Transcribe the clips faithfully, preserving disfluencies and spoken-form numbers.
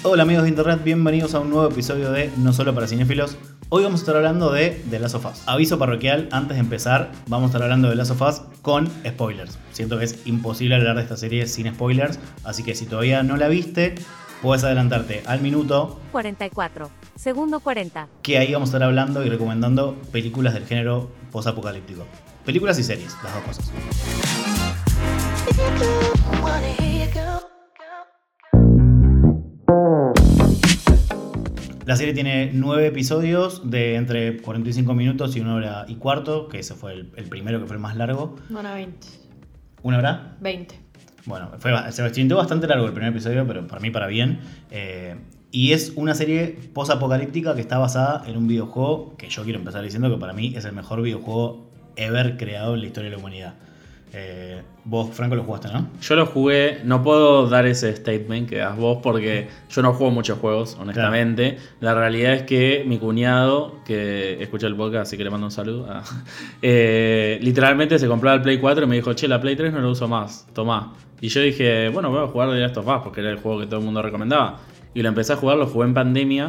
Hola amigos de internet, bienvenidos a un nuevo episodio de No Solo para Cinéfilos. Hoy vamos a estar hablando de The Last of Us. Aviso parroquial, antes de empezar, vamos a estar hablando de The Last of Us con spoilers. Siento que es imposible hablar de esta serie sin spoilers, así que si todavía no la viste, puedes adelantarte al minuto cuarenta y cuatro, segundo cuarenta. Que ahí vamos a estar hablando y recomendando películas del género post-apocalíptico. Películas y series, las dos cosas. La serie tiene nueve episodios de entre cuarenta y cinco minutos y una hora y cuarto, que ese fue el, el primero, que fue el más largo. Una hora veinte. ¿Una hora? veinte. Bueno, fue, se sintió bastante largo el primer episodio, pero para mí para bien. Eh, y es una serie post-apocalíptica que está basada en un videojuego que yo quiero empezar diciendo que para mí es el mejor videojuego ever creado en la historia de la humanidad. Eh, vos, Franco, lo jugaste, ¿no? Yo lo jugué, no puedo dar ese statement que das vos porque yo no juego muchos juegos, honestamente. Claro. La realidad es que mi cuñado, que escucha el podcast, así que le mando un saludo, ah, eh, literalmente se compró el Play cuatro y me dijo, che, la Play tres no la uso más, tomá. Y yo dije, bueno, voy a jugar The Last of Us porque era el juego que todo el mundo recomendaba. Y lo empecé a jugar, lo jugué en pandemia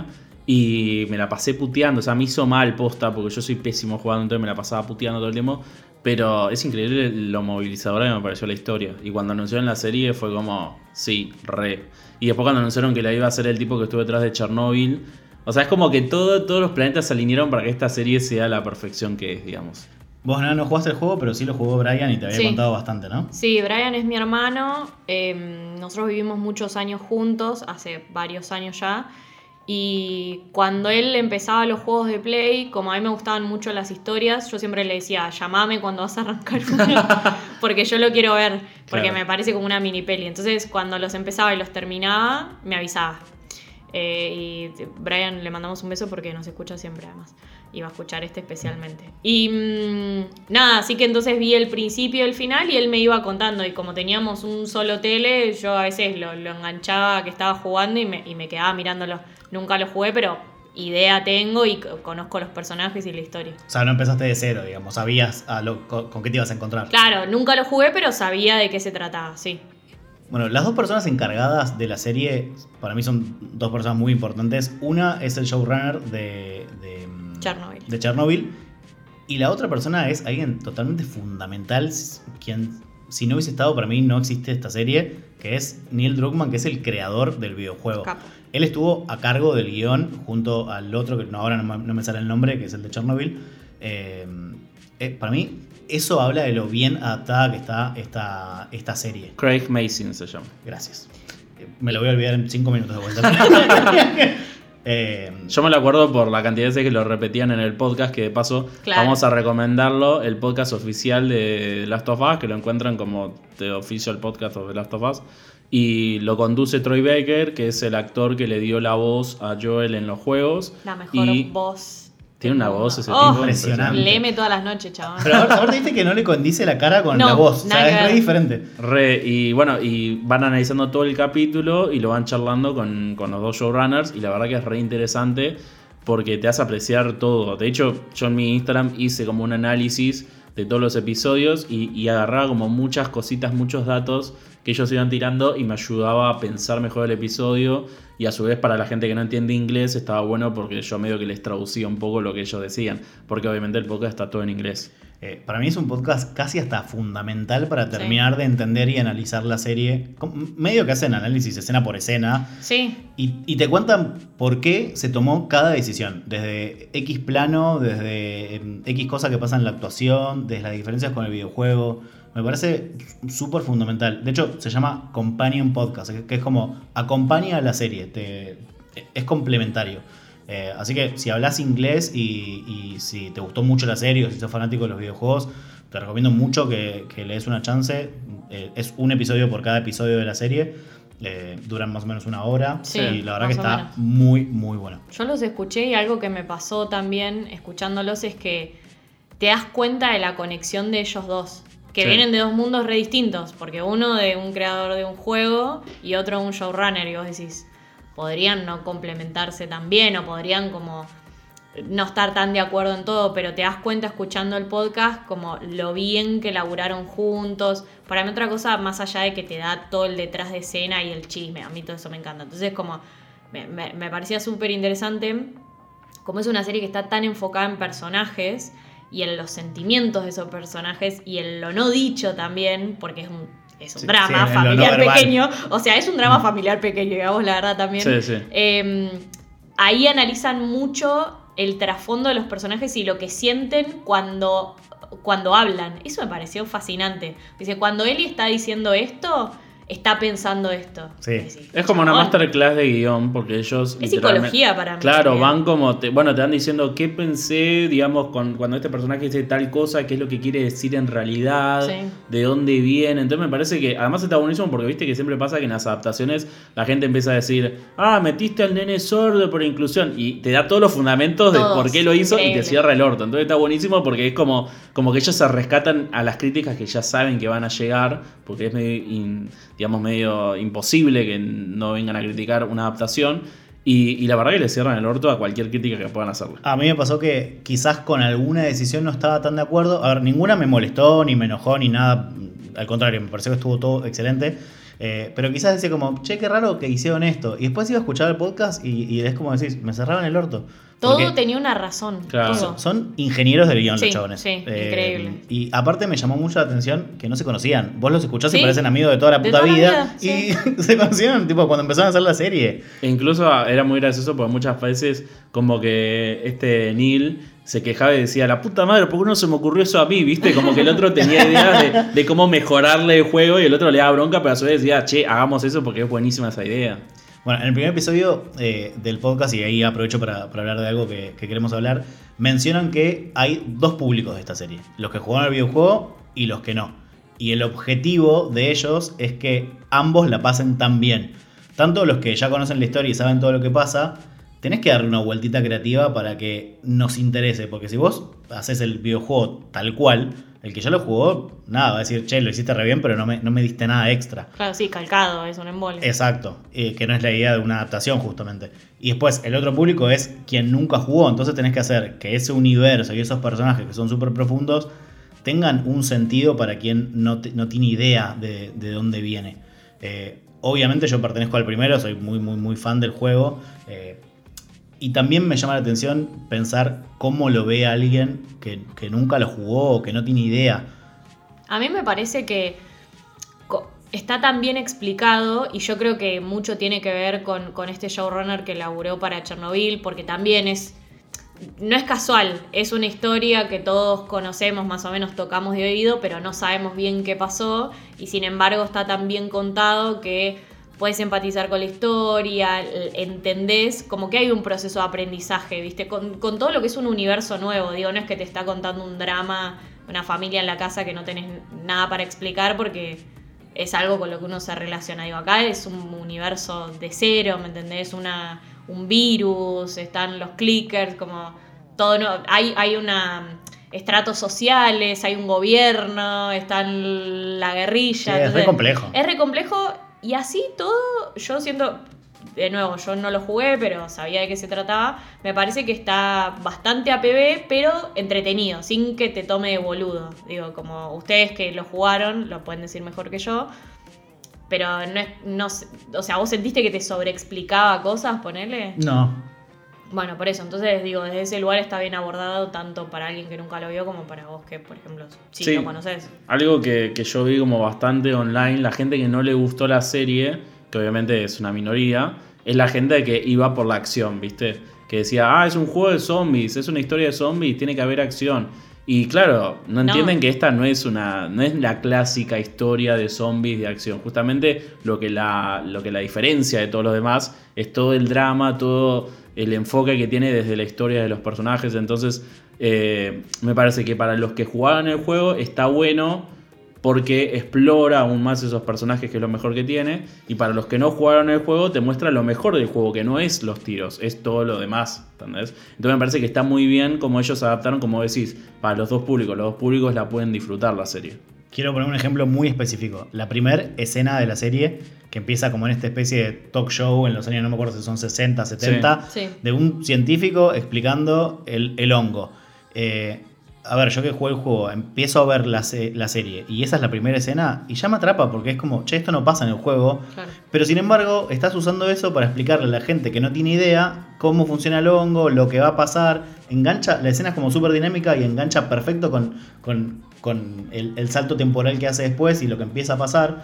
y me la pasé puteando. O sea, me hizo mal posta porque yo soy pésimo jugando, entonces me la pasaba puteando todo el tiempo. Pero es increíble lo movilizadora que me pareció la historia. Y cuando anunciaron la serie fue como, sí, re. Y después cuando anunciaron que la iba a hacer el tipo que estuvo detrás de Chernobyl. O sea, es como que todo, todos los planetas se alinearon para que esta serie sea la perfección que es, digamos. Vos no, no jugaste el juego, pero sí lo jugó Brian y te había sí. contado bastante, ¿no? Sí, Brian es mi hermano. Eh, nosotros vivimos muchos años juntos, hace varios años ya. Y cuando él empezaba los juegos de Play, como a mí me gustaban mucho las historias, yo siempre le decía, llamame cuando vas a arrancar uno, porque yo lo quiero ver, porque claro. me parece como una mini peli. Entonces cuando los empezaba y los terminaba, me avisaba. Eh, y Brian le mandamos un beso porque nos escucha siempre además. Y va a escuchar este especialmente. Y mmm, nada, así que entonces vi el principio y el final y él me iba contando. Y como teníamos un solo tele, yo a veces lo, lo enganchaba que estaba jugando y me, y me quedaba mirándolo. Nunca lo jugué, pero idea tengo y conozco los personajes y la historia. O sea, no empezaste de cero, digamos, sabías a lo, con, con qué te ibas a encontrar. Claro, nunca lo jugué, pero sabía de qué se trataba, sí. Bueno, las dos personas encargadas de la serie, para mí son dos personas muy importantes. Una es el showrunner de, de, Chernobyl. de Chernobyl. Y la otra persona es alguien totalmente fundamental, quien, si no hubiese estado, para mí no existe esta serie, que es Neil Druckmann, que es el creador del videojuego. Capo. Él estuvo a cargo del guión junto al otro, que no, ahora no, no me sale el nombre, que es el de Chernobyl. Eh, eh, para mí, eso habla de lo bien adaptada que está esta, esta serie. Craig Mazin se llama. Gracias. Me lo voy a olvidar en cinco minutos de vuelta. eh, Yo me lo acuerdo por la cantidad de veces que lo repetían en el podcast, que de paso claro. vamos a recomendarlo, el podcast oficial de The Last of Us, que lo encuentran como The Official Podcast of The Last of Us. Y lo conduce Troy Baker, que es el actor que le dio la voz a Joel en los juegos. La mejor y voz. Tiene una voz ese oh, tipo impresionante. Léeme todas las noches, chaval. Pero ahora, ahora te viste que no le condice la cara con no, la voz. O sea, es re ver. diferente. Re, y bueno, y van analizando todo el capítulo y lo van charlando con, con los dos showrunners. Y la verdad que es re interesante porque te hace apreciar todo. De hecho, yo en mi Instagram hice como un análisis de todos los episodios y, y agarraba como muchas cositas, muchos datos que ellos iban tirando y me ayudaba a pensar mejor el episodio. Y a su vez, para la gente que no entiende inglés, estaba bueno porque yo medio que les traducía un poco lo que ellos decían, porque obviamente el podcast está todo en inglés. Eh, para mí es un podcast casi hasta fundamental para terminar sí. de entender y analizar la serie. Medio que hacen análisis escena por escena. Sí. Y, y te cuentan por qué se tomó cada decisión. Desde X plano, desde eh, X cosas que pasan en la actuación, desde las diferencias con el videojuego. Me parece súper fundamental. De hecho, se llama Companion Podcast, que es como acompaña a la serie. Te, es complementario. Eh, así que si hablas inglés y, y si te gustó mucho la serie o si sos fanático de los videojuegos, te recomiendo mucho que, que le des una chance. Eh, es un episodio por cada episodio de la serie. Eh, duran más o menos una hora. Sí, y la verdad que está menos. muy, muy bueno. Yo los escuché y algo que me pasó también escuchándolos es que te das cuenta de la conexión de ellos dos. Que sí. vienen de dos mundos re distintos. Porque uno de un creador de un juego y otro un showrunner. Y vos decís, podrían no complementarse tan bien o podrían como no estar tan de acuerdo en todo, pero te das cuenta escuchando el podcast como lo bien que laburaron juntos. Para mí otra cosa, más allá de que te da todo el detrás de escena y el chisme, a mí todo eso me encanta. Entonces como me, me, me parecía súper interesante. Como es una serie que está tan enfocada en personajes y en los sentimientos de esos personajes y en lo no dicho también, porque es un, es un Sí, drama sí, familiar en lo no pequeño. O sea, es un drama familiar pequeño, digamos la verdad también. Sí, sí. Eh, ahí analizan mucho el trasfondo de los personajes y lo que sienten cuando, cuando hablan. Eso me pareció fascinante. Dice, cuando Ellie está diciendo esto, está pensando esto. Sí. Decís, Es como una chabón. masterclass de guión, porque ellos... Es literalmente- psicología para mí. Claro, también. van como, te, bueno, te van diciendo qué pensé, digamos, con, cuando este personaje dice tal cosa, qué es lo que quiere decir en realidad, Sí. de dónde viene. Entonces me parece que, además está buenísimo porque viste que siempre pasa que en las adaptaciones la gente empieza a decir, ah, metiste al nene sordo por inclusión, y te da todos los fundamentos de Todos, por qué lo hizo y increíble. te cierra el orto. Entonces está buenísimo porque es como, como que ellos se rescatan a las críticas que ya saben que van a llegar, porque es medio, in- digamos, medio imposible que no vengan a criticar una adaptación. Y, y la verdad que le cierran el orto a cualquier crítica que puedan hacerle. A mí me pasó que quizás con alguna decisión no estaba tan de acuerdo. A ver, ninguna me molestó, ni me enojó, ni nada. Al contrario, me pareció que estuvo todo excelente. Eh, pero quizás decía como, che, qué raro que hicieron esto. Y después iba a escuchar el podcast y, y es como decís, me cerraban el orto. Todo Porque tenía una razón. Claro. todo. son ingenieros del guión Sí, los chabones. sí, increíble. Y aparte me llamó mucho la atención que no se conocían. Vos los escuchás y Sí. parecen amigos de toda la De puta toda la vida. vida, Y se conocieron tipo cuando empezaron a hacer la serie. E incluso era muy gracioso porque muchas veces como que este Neil se quejaba y decía, la puta madre, ¿por qué no se me ocurrió eso a mí? ¿Viste? Como que el otro tenía ideas de, de cómo mejorarle el juego y el otro le daba bronca, pero a su vez decía, che, hagamos eso porque es buenísima esa idea. Bueno, en el primer episodio eh, del podcast, y ahí aprovecho para, para hablar de algo que, que queremos hablar, mencionan que hay dos públicos de esta serie. Los que jugaron al videojuego y los que no. Y el objetivo de ellos es que ambos la pasen tan bien. Tanto los que ya conocen la historia y saben todo lo que pasa, tenés que darle una vueltita creativa para que nos interese. Porque si vos haces el videojuego tal cual, el que ya lo jugó, nada, va a decir, che, lo hiciste re bien, pero no me, no me diste nada extra. Claro, sí, calcado, es un embole. Exacto, eh, que no es la idea de una adaptación justamente. Y después el otro público es quien nunca jugó, entonces tenés que hacer que ese universo y esos personajes que son súper profundos tengan un sentido para quien no, te- no tiene idea de, de dónde viene. Eh, obviamente yo pertenezco al primero, soy muy muy muy fan del juego. eh, y también me llama la atención pensar cómo lo ve alguien que, que nunca lo jugó o que no tiene idea. A mí me parece que co- está tan bien explicado y yo creo que mucho tiene que ver con, con este showrunner que laburó para Chernobyl, porque también es, no es casual, es una historia que todos conocemos, más o menos tocamos de oído, pero no sabemos bien qué pasó y sin embargo está tan bien contado que puedes empatizar con la historia, l- entendés, como que hay un proceso de aprendizaje, ¿viste? Con, con todo lo que es un universo nuevo, digo, no es que te está contando un drama, una familia en la casa que no tenés nada para explicar porque es algo con lo que uno se relaciona. Digo, acá es un universo de cero, ¿me entendés? Una, un virus, están los clickers, como todo, no, hay, hay una estratos sociales, hay un gobierno, está la guerrilla. Sí, es re entonces, complejo. Es re complejo y así todo, yo siento, de nuevo, yo no lo jugué, pero sabía de qué se trataba. Me parece que está bastante A P B, pero entretenido, sin que te tome de boludo. Digo, como ustedes que lo jugaron, lo pueden decir mejor que yo. Pero no es, no sé, o sea, ¿vos sentiste que te sobreexplicaba cosas, ponele? No. Bueno, por eso, entonces digo, desde ese lugar está bien abordado tanto para alguien que nunca lo vio como para vos que, por ejemplo, sí, Sí. lo conoces. Algo que, que yo vi como bastante online, la gente que no le gustó la serie, que obviamente es una minoría, es la gente que iba por la acción, ¿viste? Que decía, ah, es un juego de zombies, es una historia de zombies, tiene que haber acción. Y claro, no No. entienden que esta no es una no es la clásica historia de zombies de acción. Justamente lo que la, lo que la diferencia de todos los demás es todo el drama, todo el enfoque que tiene desde la historia de los personajes. Entonces, eh, me parece que para los que jugaron el juego está bueno porque explora aún más esos personajes, que es lo mejor que tiene. Y para los que no jugaron el juego, te muestra lo mejor del juego, que no es los tiros, es todo lo demás, ¿entendés? Entonces me parece que está muy bien como ellos adaptaron, como decís, para los dos públicos. Los dos públicos la pueden disfrutar la serie. Quiero poner un ejemplo muy específico. La primera escena de la serie, que empieza como en esta especie de talk show en los años, no me acuerdo si son sesenta, setenta, Sí. Sí. de un científico explicando el, el hongo. Eh, a ver, yo que jugué el juego, empiezo a ver la, se- la serie y esa es la primera escena y ya me atrapa porque es como, che, esto no pasa en el juego. Claro. Pero sin embargo, estás usando eso para explicarle a la gente que no tiene idea cómo funciona el hongo, lo que va a pasar. Engancha, la escena es como súper dinámica y engancha perfecto con, con, con el, el salto temporal que hace después y lo que empieza a pasar.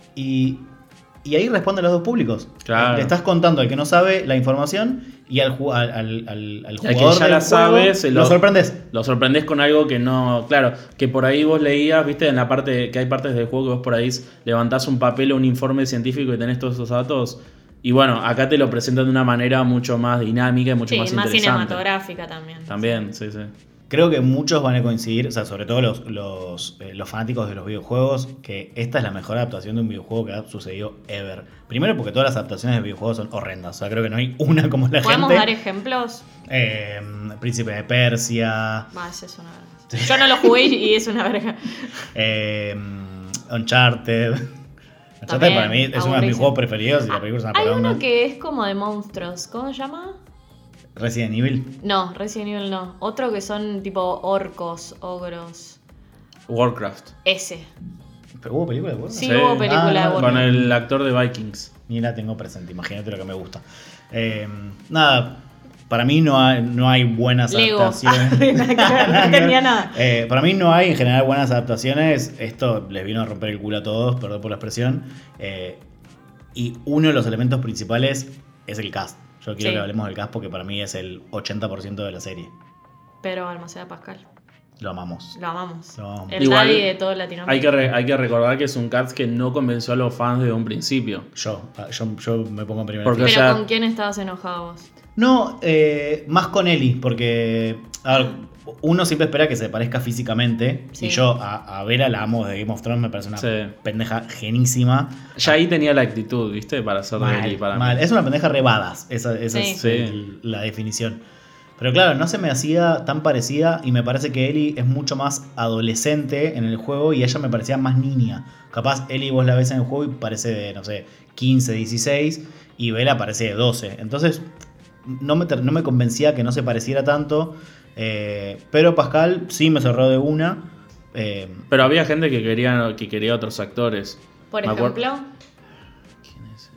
Y, y ahí responde a los dos públicos. Claro. Le estás contando al que no sabe la información y al, ju- al, al, al, al Y al que jugador ya del la juego sabe, se lo lo- sorprendes. Lo sorprendés con algo que no. Claro, que por ahí vos leías, viste, en la parte. Que hay partes del juego que vos por ahí levantás un papel o un informe científico y tenés todos esos datos. Y bueno, acá te lo presentan de una manera mucho más dinámica y mucho Sí, más más interesante. cinematográfica también. También, sí, sí. Creo que muchos van a coincidir, o sea, sobre todo los, los, eh, los fanáticos de los videojuegos, que esta es la mejor adaptación de un videojuego que ha sucedido ever. Primero porque todas las adaptaciones de videojuegos son horrendas, o sea, creo que no hay una como la ¿Podemos gente. dar ejemplos? Eh, Príncipe de Persia, Va, ese es una verga. Yo no lo jugué y es una verga. eh, Uncharted. Uncharted También, para mí es uno de mis aburrísimo. juegos preferidos y la película es una Hay poronga. uno que es como de monstruos. ¿Cómo se llama? Resident Evil. No, Resident Evil no. Otro que son tipo orcos, ogros. Warcraft. Ese. ¿Pero hubo película de Warcraft? Sí, Sí. hubo película Ah, de no, Con Warcraft. el actor de Vikings. Ni la tengo presente, imagínate lo que me gusta. Eh, nada, para mí no hay, no hay buenas Lego. adaptaciones. Nada que ver, no tenía nada. Eh, para mí no hay en general buenas adaptaciones. Esto les vino a romper el culo a todos, perdón por la expresión. Eh, y uno de los elementos principales es el cast. Yo quiero Sí. que hablemos del cast porque para mí es el ochenta por ciento de la serie. Pero Almaceda Pascal. Lo amamos. Lo amamos. Lo amamos. El Igual, daddy de todo Latinoamérica. Hay que, re- hay que recordar que es un cast que no convenció a los fans desde un principio. Yo, yo, yo me pongo en primera Porque- fila. Pero o sea- ¿con quién estabas enojado vos? No, eh, más con Ellie, porque a ver, uno siempre espera que se parezca físicamente. Sí. Y yo a, a Vera la amo de Game of Thrones, me parece una Sí. pendeja genísima. Ya ahí tenía la actitud, ¿viste? Para hacer de Mal, Ellie para mal. mí. Es una pendeja rebadas, esa, esa Sí. es Sí. el- la definición. Pero claro, no se me hacía tan parecida y me parece que Ellie es mucho más adolescente en el juego y ella me parecía más niña. Capaz Ellie vos la ves en el juego y parece de, no sé, quince, dieciséis y Bella parece de doce. Entonces no me, ter- no me convencía que no se pareciera tanto, eh, pero Pascal sí me cerró de una. eh, Pero había gente que quería, que quería otros actores. Por Me acuerdo- ejemplo, ¿Quién es?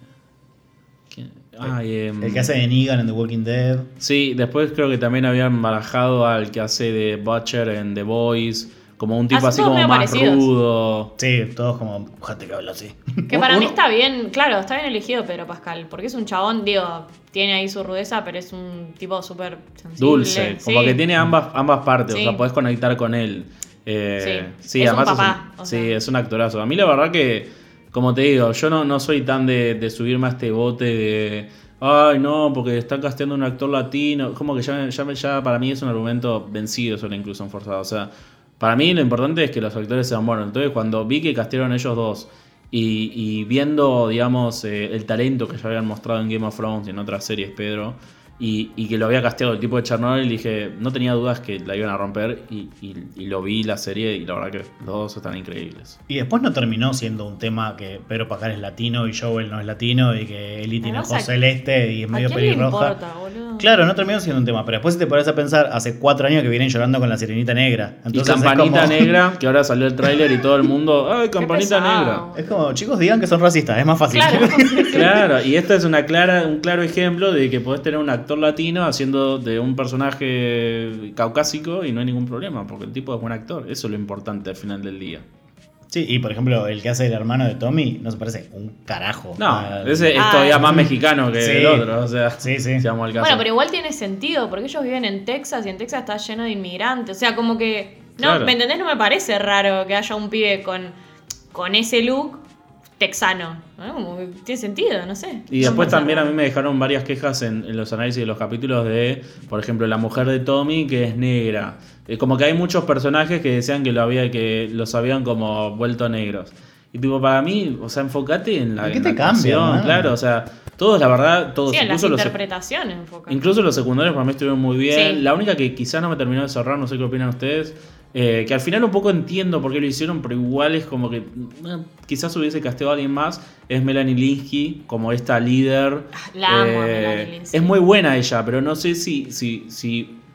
¿Quién? Ay, em, el que hace de Negan en The Walking Dead. Sí, después creo que también habían barajado al que hace de Butcher en The Boys, como un tipo Ah, son así todos como medio más parecidos. rudo. Sí, todos como, fíjate que habla así. que para Uno- mí está bien, claro, está bien elegido Pedro Pascal, porque es un chabón, digo, tiene ahí su rudeza, pero es un tipo súper sensible. Dulce, como sí. que tiene ambas, ambas partes, Sí. o sea, podés conectar con él. Eh, Sí, es un papá, es o sí, sea. es un actorazo. A mí la verdad que, como te digo, yo no, no soy tan de, de subirme a este bote de, ay no, porque están casteando un actor latino, como que ya, ya, ya para mí es un argumento vencido sobre la inclusión forzada, o sea, para mí lo importante es que los actores sean buenos. Entonces cuando vi que castearon ellos dos y, y viendo, digamos, eh, el talento que ya habían mostrado en Game of Thrones y en otras series, Pedro, y, y que lo había casteado el tipo de Chernobyl, dije, no tenía dudas que la iban a romper y, y, y lo vi la serie y la verdad que los dos están increíbles. Y después no terminó siendo un tema que Pedro Pascal es latino y Joel no es latino y que Ellie tiene Además, ojos ¿a- celeste y es ¿A medio quién le pelirroja. importa, boludo? Claro, no terminó siendo un tema, pero después si te pones a pensar, hace cuatro años que vienen llorando con la sirenita negra. Entonces y Campanita es como, Negra, que ahora salió el tráiler y todo el mundo, ¡ay, Campanita pesado. Negra! Es como, chicos, digan que son racistas, es más fácil. Claro. Claro, y esta es una clara, un claro ejemplo de que podés tener un actor latino haciendo de un personaje caucásico y no hay ningún problema, porque el tipo es buen actor. Eso es lo importante al final del día. Sí, y por ejemplo, el que hace el hermano de Tommy no se parece un carajo. No, al- ese es Ah, todavía sí. más mexicano que Sí. el otro, o sea, Sí, sí. si vamos al caso. Bueno, pero igual tiene sentido, porque ellos viven en Texas y en Texas está lleno de inmigrantes. O sea, como que. No, Claro. ¿me entendés? No me parece raro que haya un pibe con, con ese look texano. ¿no? Como que tiene sentido, no sé. Y No después me parece también a raro. mí me dejaron varias quejas en, en los análisis de los capítulos de, por ejemplo, la mujer de Tommy que es negra. Eh, como que hay muchos personajes que decían que lo había, que los habían como vuelto negros. Y tipo, para mí, o sea, enfócate en la, ¿Y qué en te la cambia, actuación, man? claro, o sea, todos la verdad, todos, Sí, en las incluso los, interpretaciones enfocan. incluso los secundarios para mí estuvieron muy bien. Sí. La única que quizás no me terminó de cerrar, no sé qué opinan ustedes, eh, que al final un poco entiendo por qué lo hicieron, pero igual es como que eh, quizás hubiese casteado a alguien más, es Melanie Linsky, como esta líder. La amo a Eh, Melanie Linsky. Es muy buena ella, pero no sé si, si, si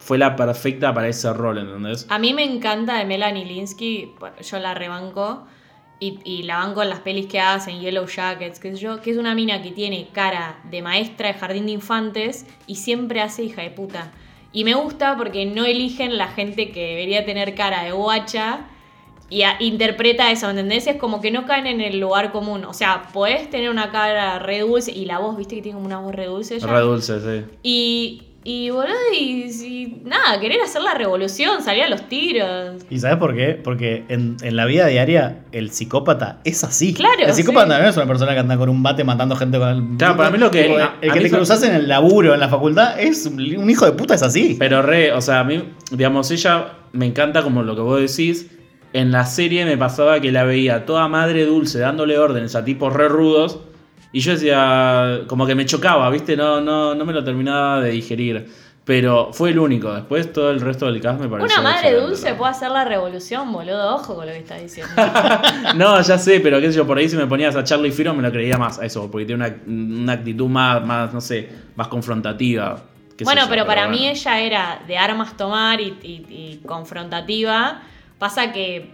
fue la perfecta para ese rol, ¿entendés? A mí me encanta de Melanie Lynskey, yo la rebanco. Y, y la banco en las pelis que hacen, Yellow Jackets, qué sé yo, que es una mina que tiene cara de maestra de jardín de infantes y siempre hace hija de puta. Y me gusta porque no eligen la gente que debería tener cara de guacha y a, interpreta eso, ¿entendés? Es como que no caen en el lugar común. O sea, podés tener una cara re dulce y la voz, viste que tiene como una voz re dulce ella. Re dulce, sí. Y... Y boludo, y, y nada, querer hacer la revolución, salir a los tiros. ¿Y sabes por qué? Porque en, en la vida diaria el psicópata es así. Claro, el psicópata sí. no es una persona que anda con un bate matando gente con el... Claro, para mí lo que... Tipo, a- el a que mí te fue- cruzas en el laburo, en la facultad, es un hijo de puta, es así. Pero re, o sea, a mí, digamos, ella me encanta como lo que vos decís. En la serie me pasaba que la veía toda madre dulce dándole órdenes a tipos re rudos. Y yo decía, como que me chocaba, ¿viste? No, no, no me lo terminaba de digerir. Pero fue el único. Después todo el resto del cast me pareció Una madre excelente, dulce ¿no? puede hacer la revolución, boludo. Ojo con lo que estás diciendo. No, ya sé, pero qué sé yo, por ahí si me ponías a Charlie Firo me lo creía más a eso, porque tiene una, una actitud más, más, no sé, más confrontativa. qué sé Bueno, yo, pero para bueno. mí ella era de armas tomar y, y- y confrontativa. Pasa que,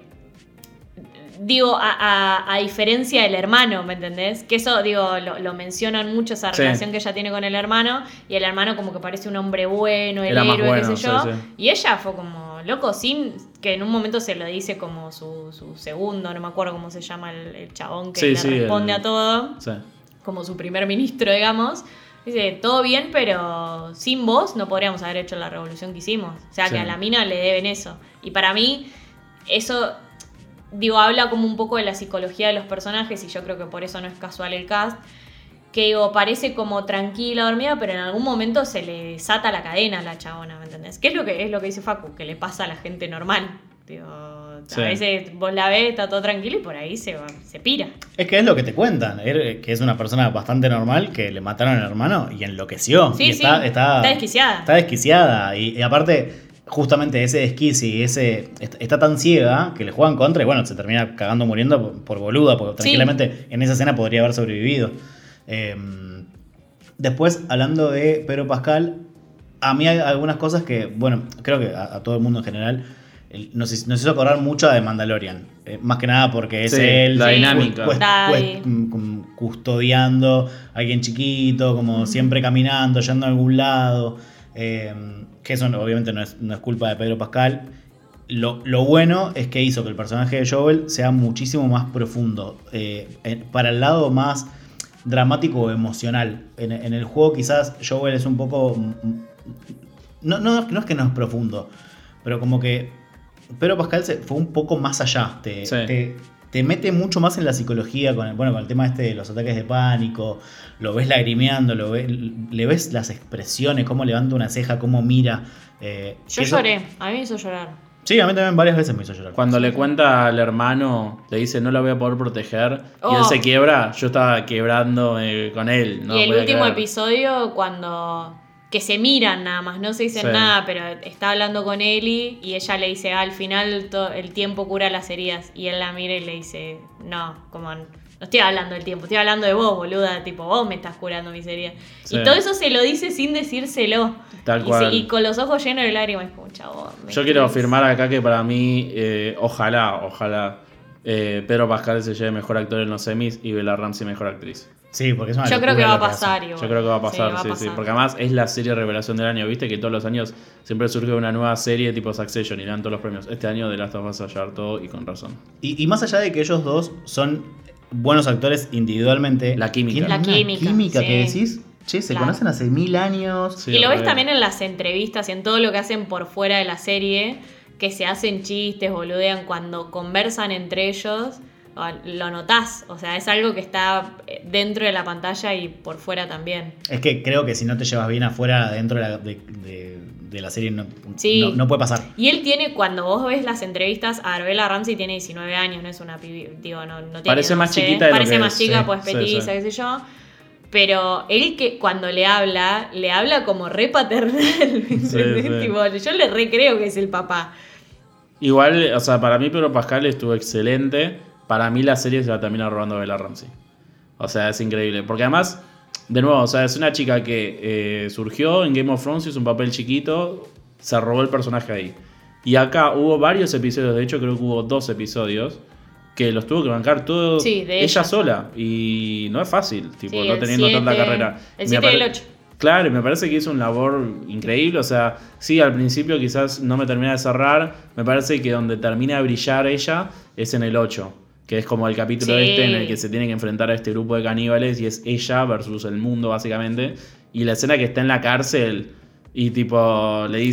digo, a, a- a diferencia del hermano, ¿me entendés? Que eso, digo, lo, lo mencionan mucho, esa Sí. relación que ella tiene con el hermano. Y el hermano como que parece un hombre bueno, el Era más héroe, bueno, qué sé yo. sí, sí. Y ella fue como, loco, sin que en un momento se lo dice como su, su segundo, no me acuerdo cómo se llama el, el chabón que Sí, le sí, responde el- a todo. Sí. Como su primer ministro, digamos. Dice, todo bien, pero sin vos no podríamos haber hecho la revolución que hicimos. O sea, Sí. que a la mina le deben eso. Y para mí, eso, digo, habla como un poco de la psicología de los personajes y yo creo que por eso no es casual el cast. Que digo, parece como tranquila, dormida, pero en algún momento se le desata la cadena a la chabona, ¿me entendés? ¿Qué es lo que es lo que dice Facu? Que le pasa a la gente normal. Digo, a Sí. veces vos la ves, está todo tranquilo y por ahí se, va- se pira. Es que es lo que te cuentan, er- que es una persona bastante normal que le mataron al hermano y enloqueció. Sí, y sí, está, está, está desquiciada. Está desquiciada. Y, y aparte, justamente ese desquicio y ese. est- Está tan ciega que le juegan contra y bueno, se termina cagando muriendo por, por boluda, porque Sí. tranquilamente en esa escena podría haber sobrevivido. Eh, después, hablando de Pedro Pascal, a mí hay algunas cosas que, bueno, creo que a, a todo el mundo en general. el- Nos, hizo- nos hizo acordar mucho de Mandalorian. Eh, más que nada porque es Sí, él la cu- dinámica. cu- Daddy. cu- cum- custodiando a alguien chiquito, como siempre caminando, yendo a algún lado. Eh, que eso no- obviamente no es, no es culpa de Pedro Pascal. Lo, lo bueno es que hizo que el personaje de Joel sea muchísimo más profundo. eh, en- para el lado más dramático o emocional. En, en el juego quizás Joel es un poco... mm, No, no, no es que no es profundo, pero como que Pedro Pascal se fue un poco más allá. Te, Sí. te, te mete mucho más en la psicología con el, bueno, con el tema este de los ataques de pánico. Lo ves lagrimeando, lo ves, le ves las expresiones, cómo levanta una ceja, cómo mira. eh, Yo que eso- lloré, a mí me hizo llorar. Sí, a mí también varias veces me hizo llorar. Cuando le cuenta al hermano, le dice no la voy a poder proteger, y él Oh. se quiebra, yo estaba quebrando eh, con él. No y el podía último creer. episodio, cuando. Que se miran nada más, no se dicen Sí. nada, pero está hablando con Ellie y ella le dice, ah, al final to- el tiempo cura las heridas. Y él la mira y le dice, no, como no estoy hablando del tiempo, estoy hablando de vos, boluda, tipo, vos me estás curando mis heridas. Sí. Y todo eso se lo dice sin decírselo. Tal y, cual. se- y con los ojos llenos de lágrimas, como chabón. me Yo quiero querés". afirmar acá que para mí, eh, ojalá, ojalá, eh, Pedro Pascal se lleve mejor actor en los Emmys y Bella Ramsey mejor actriz. Sí, porque es una Yo creo locura que va a lo que hace. pasar igual. Yo creo que va a Sí, pasar, va a sí, sí, pasar. porque además es la serie revelación del año, viste que todos los años siempre surge una nueva serie tipo Succession y le dan todos los premios. Este año The Last of Us va a llevar todo y con razón. Y, y más allá de que ellos dos son buenos actores individualmente, La química. tienen La una química, química sí. que decís, che, se Claro. conocen hace mil años. Sí, y lo ves re. también en las entrevistas y en todo lo que hacen por fuera de la serie, que se hacen chistes, boludean, cuando conversan entre ellos, lo notás. O sea, es algo que está dentro de la pantalla y por fuera también. Es que creo que si no te llevas bien afuera, dentro de la, de, de- de la serie, no, Sí. no, no puede pasar. Y él tiene, cuando vos ves las entrevistas, a Bella Ramsey tiene diecinueve años, no es una pibi, digo, no, no tiene, Parece no más sé, chiquita de lo Parece que más es, chica, sí, pues sí, petiza, sí. qué sé yo. Pero él que cuando le habla, le habla como re paternal. ¿entendés? sí. Tipo, yo le re creo que es el papá. Igual, o sea, para mí Pedro Pascal estuvo excelente. Para mí la serie se va a terminar robando a Bella Ramsey. O sea, es increíble. Porque además, de nuevo, o sea, es una chica que eh, surgió en Game of Thrones, hizo un papel chiquito, se robó el personaje ahí. Y acá hubo varios episodios, de hecho creo que hubo dos episodios, que los tuvo que bancar todo Sí, de ella ella. sola. Y no es fácil, tipo, Sí, no el teniendo siete, tanta carrera. El Me siete y el pare- ocho. Claro, y me parece que hizo un labor increíble. O sea, sí, al principio quizás no me termina de cerrar. Me parece que donde termina de brillar ella es en el ocho, que es como el capítulo Sí. este en el que se tiene que enfrentar a este grupo de caníbales y es ella versus el mundo, básicamente. Y la escena que está en la cárcel y tipo le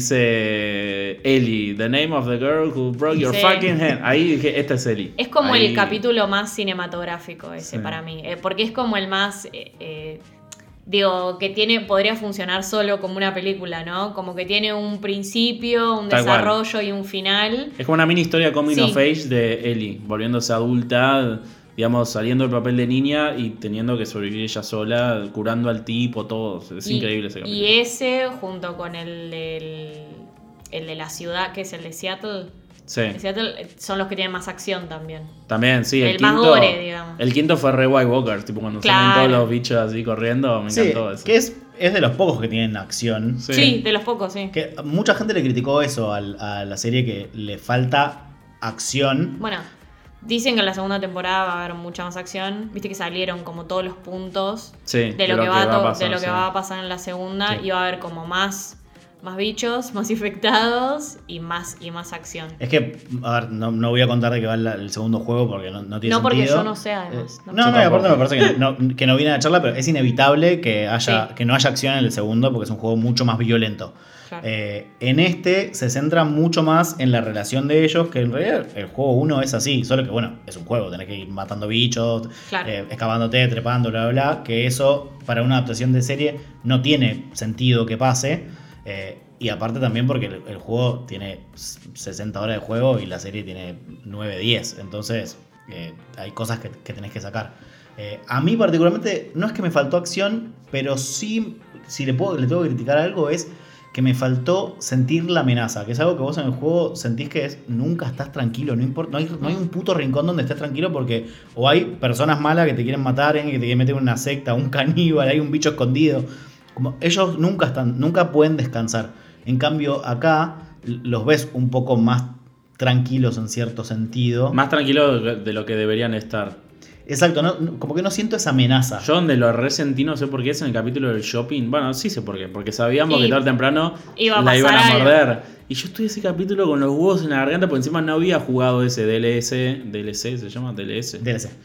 dice Ellie, the name of the girl who broke your Sí. fucking head. Ahí dije, esta es Ellie. Es como Ahí- el capítulo más cinematográfico ese Sí. para mí. eh, porque es como el más. eh, eh, digo, que tiene. Podría funcionar solo como una película, ¿no? Como que tiene un principio, un Tal cual. desarrollo y un final. Es como una mini historia coming Sí. of age de Ellie, volviéndose adulta, digamos, saliendo del papel de niña y teniendo que sobrevivir ella sola, curando al tipo, todo. Es Y- increíble ese capítulo. Y ese, junto con el del. El de la ciudad, que es el de Seattle. Sí. El de Seattle eh, son los que tienen más acción también. También, sí. El, El más quinto, gore, digamos. El quinto fue re White Walkers, tipo cuando salen Claro. todos los bichos así corriendo, me Sí, encantó eso. que es, es de los pocos que tienen acción. Sí. Sí, de los pocos, sí. Que mucha gente le criticó eso al- a la serie, que le falta acción. Bueno, dicen que en la segunda temporada va a haber mucha más acción. Viste que salieron como todos los puntos Sí, de lo, que, va a to- pasar, de lo que sí. va a pasar en la segunda. Sí. Y va a haber como más, más bichos, más infectados y más, y más acción. Es que, a ver, no, no voy a contar de qué va la- el segundo juego porque no, no tiene No, porque sentido. yo no sé, además. Eh, No. No, Yo no, y aparte me tampoco. parece que no, que no viene a la charla, pero es inevitable que, haya, Sí. que no haya acción en el segundo porque es un juego mucho más violento. Claro. Eh, en este se centra mucho más en la relación de ellos, que en realidad el juego uno es así, solo que bueno, es un juego, tenés que ir matando bichos, Claro. eh, excavándote, trepando, bla, bla, bla, que eso para una adaptación de serie no tiene sentido que pase. eh, y aparte también porque el, el juego tiene sesenta horas de juego y la serie tiene nueve, diez, entonces eh, hay cosas que, que tenés que sacar. Eh, a mí particularmente no es que me faltó acción, pero sí, si le, puedo, le tengo que criticar algo, es que me faltó sentir la amenaza, que es algo que vos en el juego sentís que es nunca estás tranquilo, no importa, no hay, no hay un puto rincón donde estés tranquilo porque o hay personas malas que te quieren matar, alguien que te quiere meter en una secta, un caníbal, hay un bicho escondido. Como ellos nunca están, nunca pueden descansar. En cambio, acá l- los ves un poco más tranquilos en cierto sentido. Más tranquilo de de lo que deberían estar. Exacto, no, no- como que no siento esa amenaza. Yo donde lo resentí, no sé por qué, es en el capítulo del shopping. Bueno, sí sé por qué, porque sabíamos Y que tarde o temprano iba a la iban a pasar algo. morder. Y yo estuve ese capítulo con los huevos en la garganta, porque encima no había jugado ese D L S, D L C se llama D L S. D L C.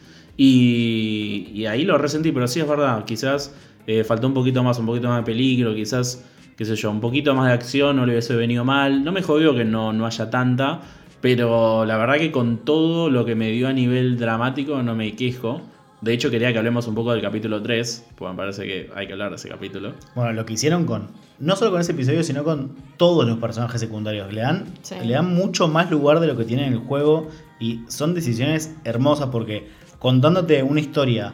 Y, y ahí lo resentí, pero sí es verdad, quizás eh, faltó un poquito más, un poquito más de peligro, quizás, qué sé yo, un poquito más de acción no le hubiese venido mal. No me jodió que no, no haya tanta, pero la verdad que con todo lo que me dio a nivel dramático no me quejo. De hecho quería que hablemos un poco del capítulo tres, porque me parece que hay que hablar de ese capítulo. Bueno, lo que hicieron con, no solo con ese episodio, sino con todos los personajes secundarios. Le dan, Sí. le dan mucho más lugar de lo que tiene en el juego y son decisiones hermosas porque contándote una historia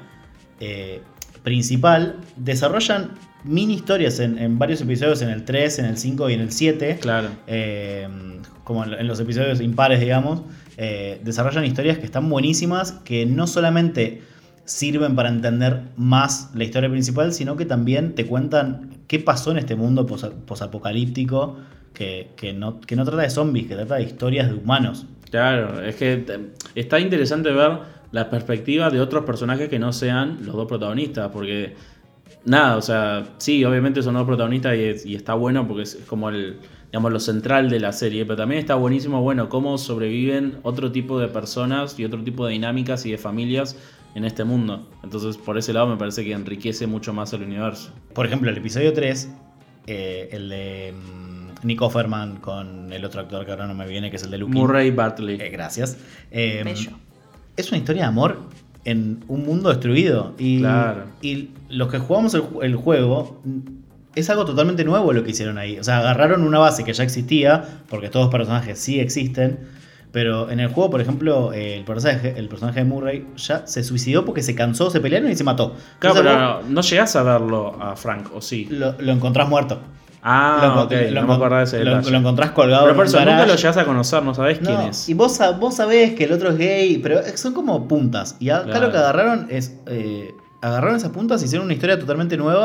eh, principal, desarrollan mini historias en, en varios episodios, en el tres, en el cinco y en el siete. Claro. Eh, como en los episodios impares, digamos, eh, desarrollan historias que están buenísimas, que no solamente sirven para entender más la historia principal, sino que también te cuentan qué pasó en este mundo pos- posapocalíptico, que, que, no, que no trata de zombies, que trata de historias de humanos. Claro, es que te- está interesante ver la perspectiva de otros personajes que no sean los dos protagonistas, porque nada, o sea, sí, obviamente son dos protagonistas y, es- y está bueno porque es como el, digamos, lo central de la serie, pero también está buenísimo, bueno, cómo sobreviven otro tipo de personas y otro tipo de dinámicas y de familias en este mundo. Entonces, por ese lado me parece que enriquece mucho más el universo. Por ejemplo, el episodio tres, eh, el de mm, Nick Offerman con el otro actor que ahora no me viene, que es el de Luke. Murray Bartley. Eh, gracias. Eh, Bello. es una historia de amor en un mundo destruido. Y, Claro. y los que jugamos el, ju- el juego, mm, es algo totalmente nuevo lo que hicieron ahí. O sea, agarraron una base que ya existía, porque todos los personajes sí existen. Pero en el juego, por ejemplo, eh, el, personaje, el personaje de Murray ya se suicidó porque se cansó, se pelearon y se mató. Claro, Entonces pero vos no, no llegás a verlo a Frank, ¿o sí? lo, lo encontrás muerto. Ah, lo, ok, lo no me encon- acordaba de ese lo- detalle. lo encontrás colgado Pero en por un eso, nunca garage. lo llegás a conocer, no sabés quién No, es. y vos, sa- vos sabés que el otro es gay, pero son como puntas. Y acá Claro. lo que agarraron es. eh, agarraron esas puntas y hicieron una historia totalmente nueva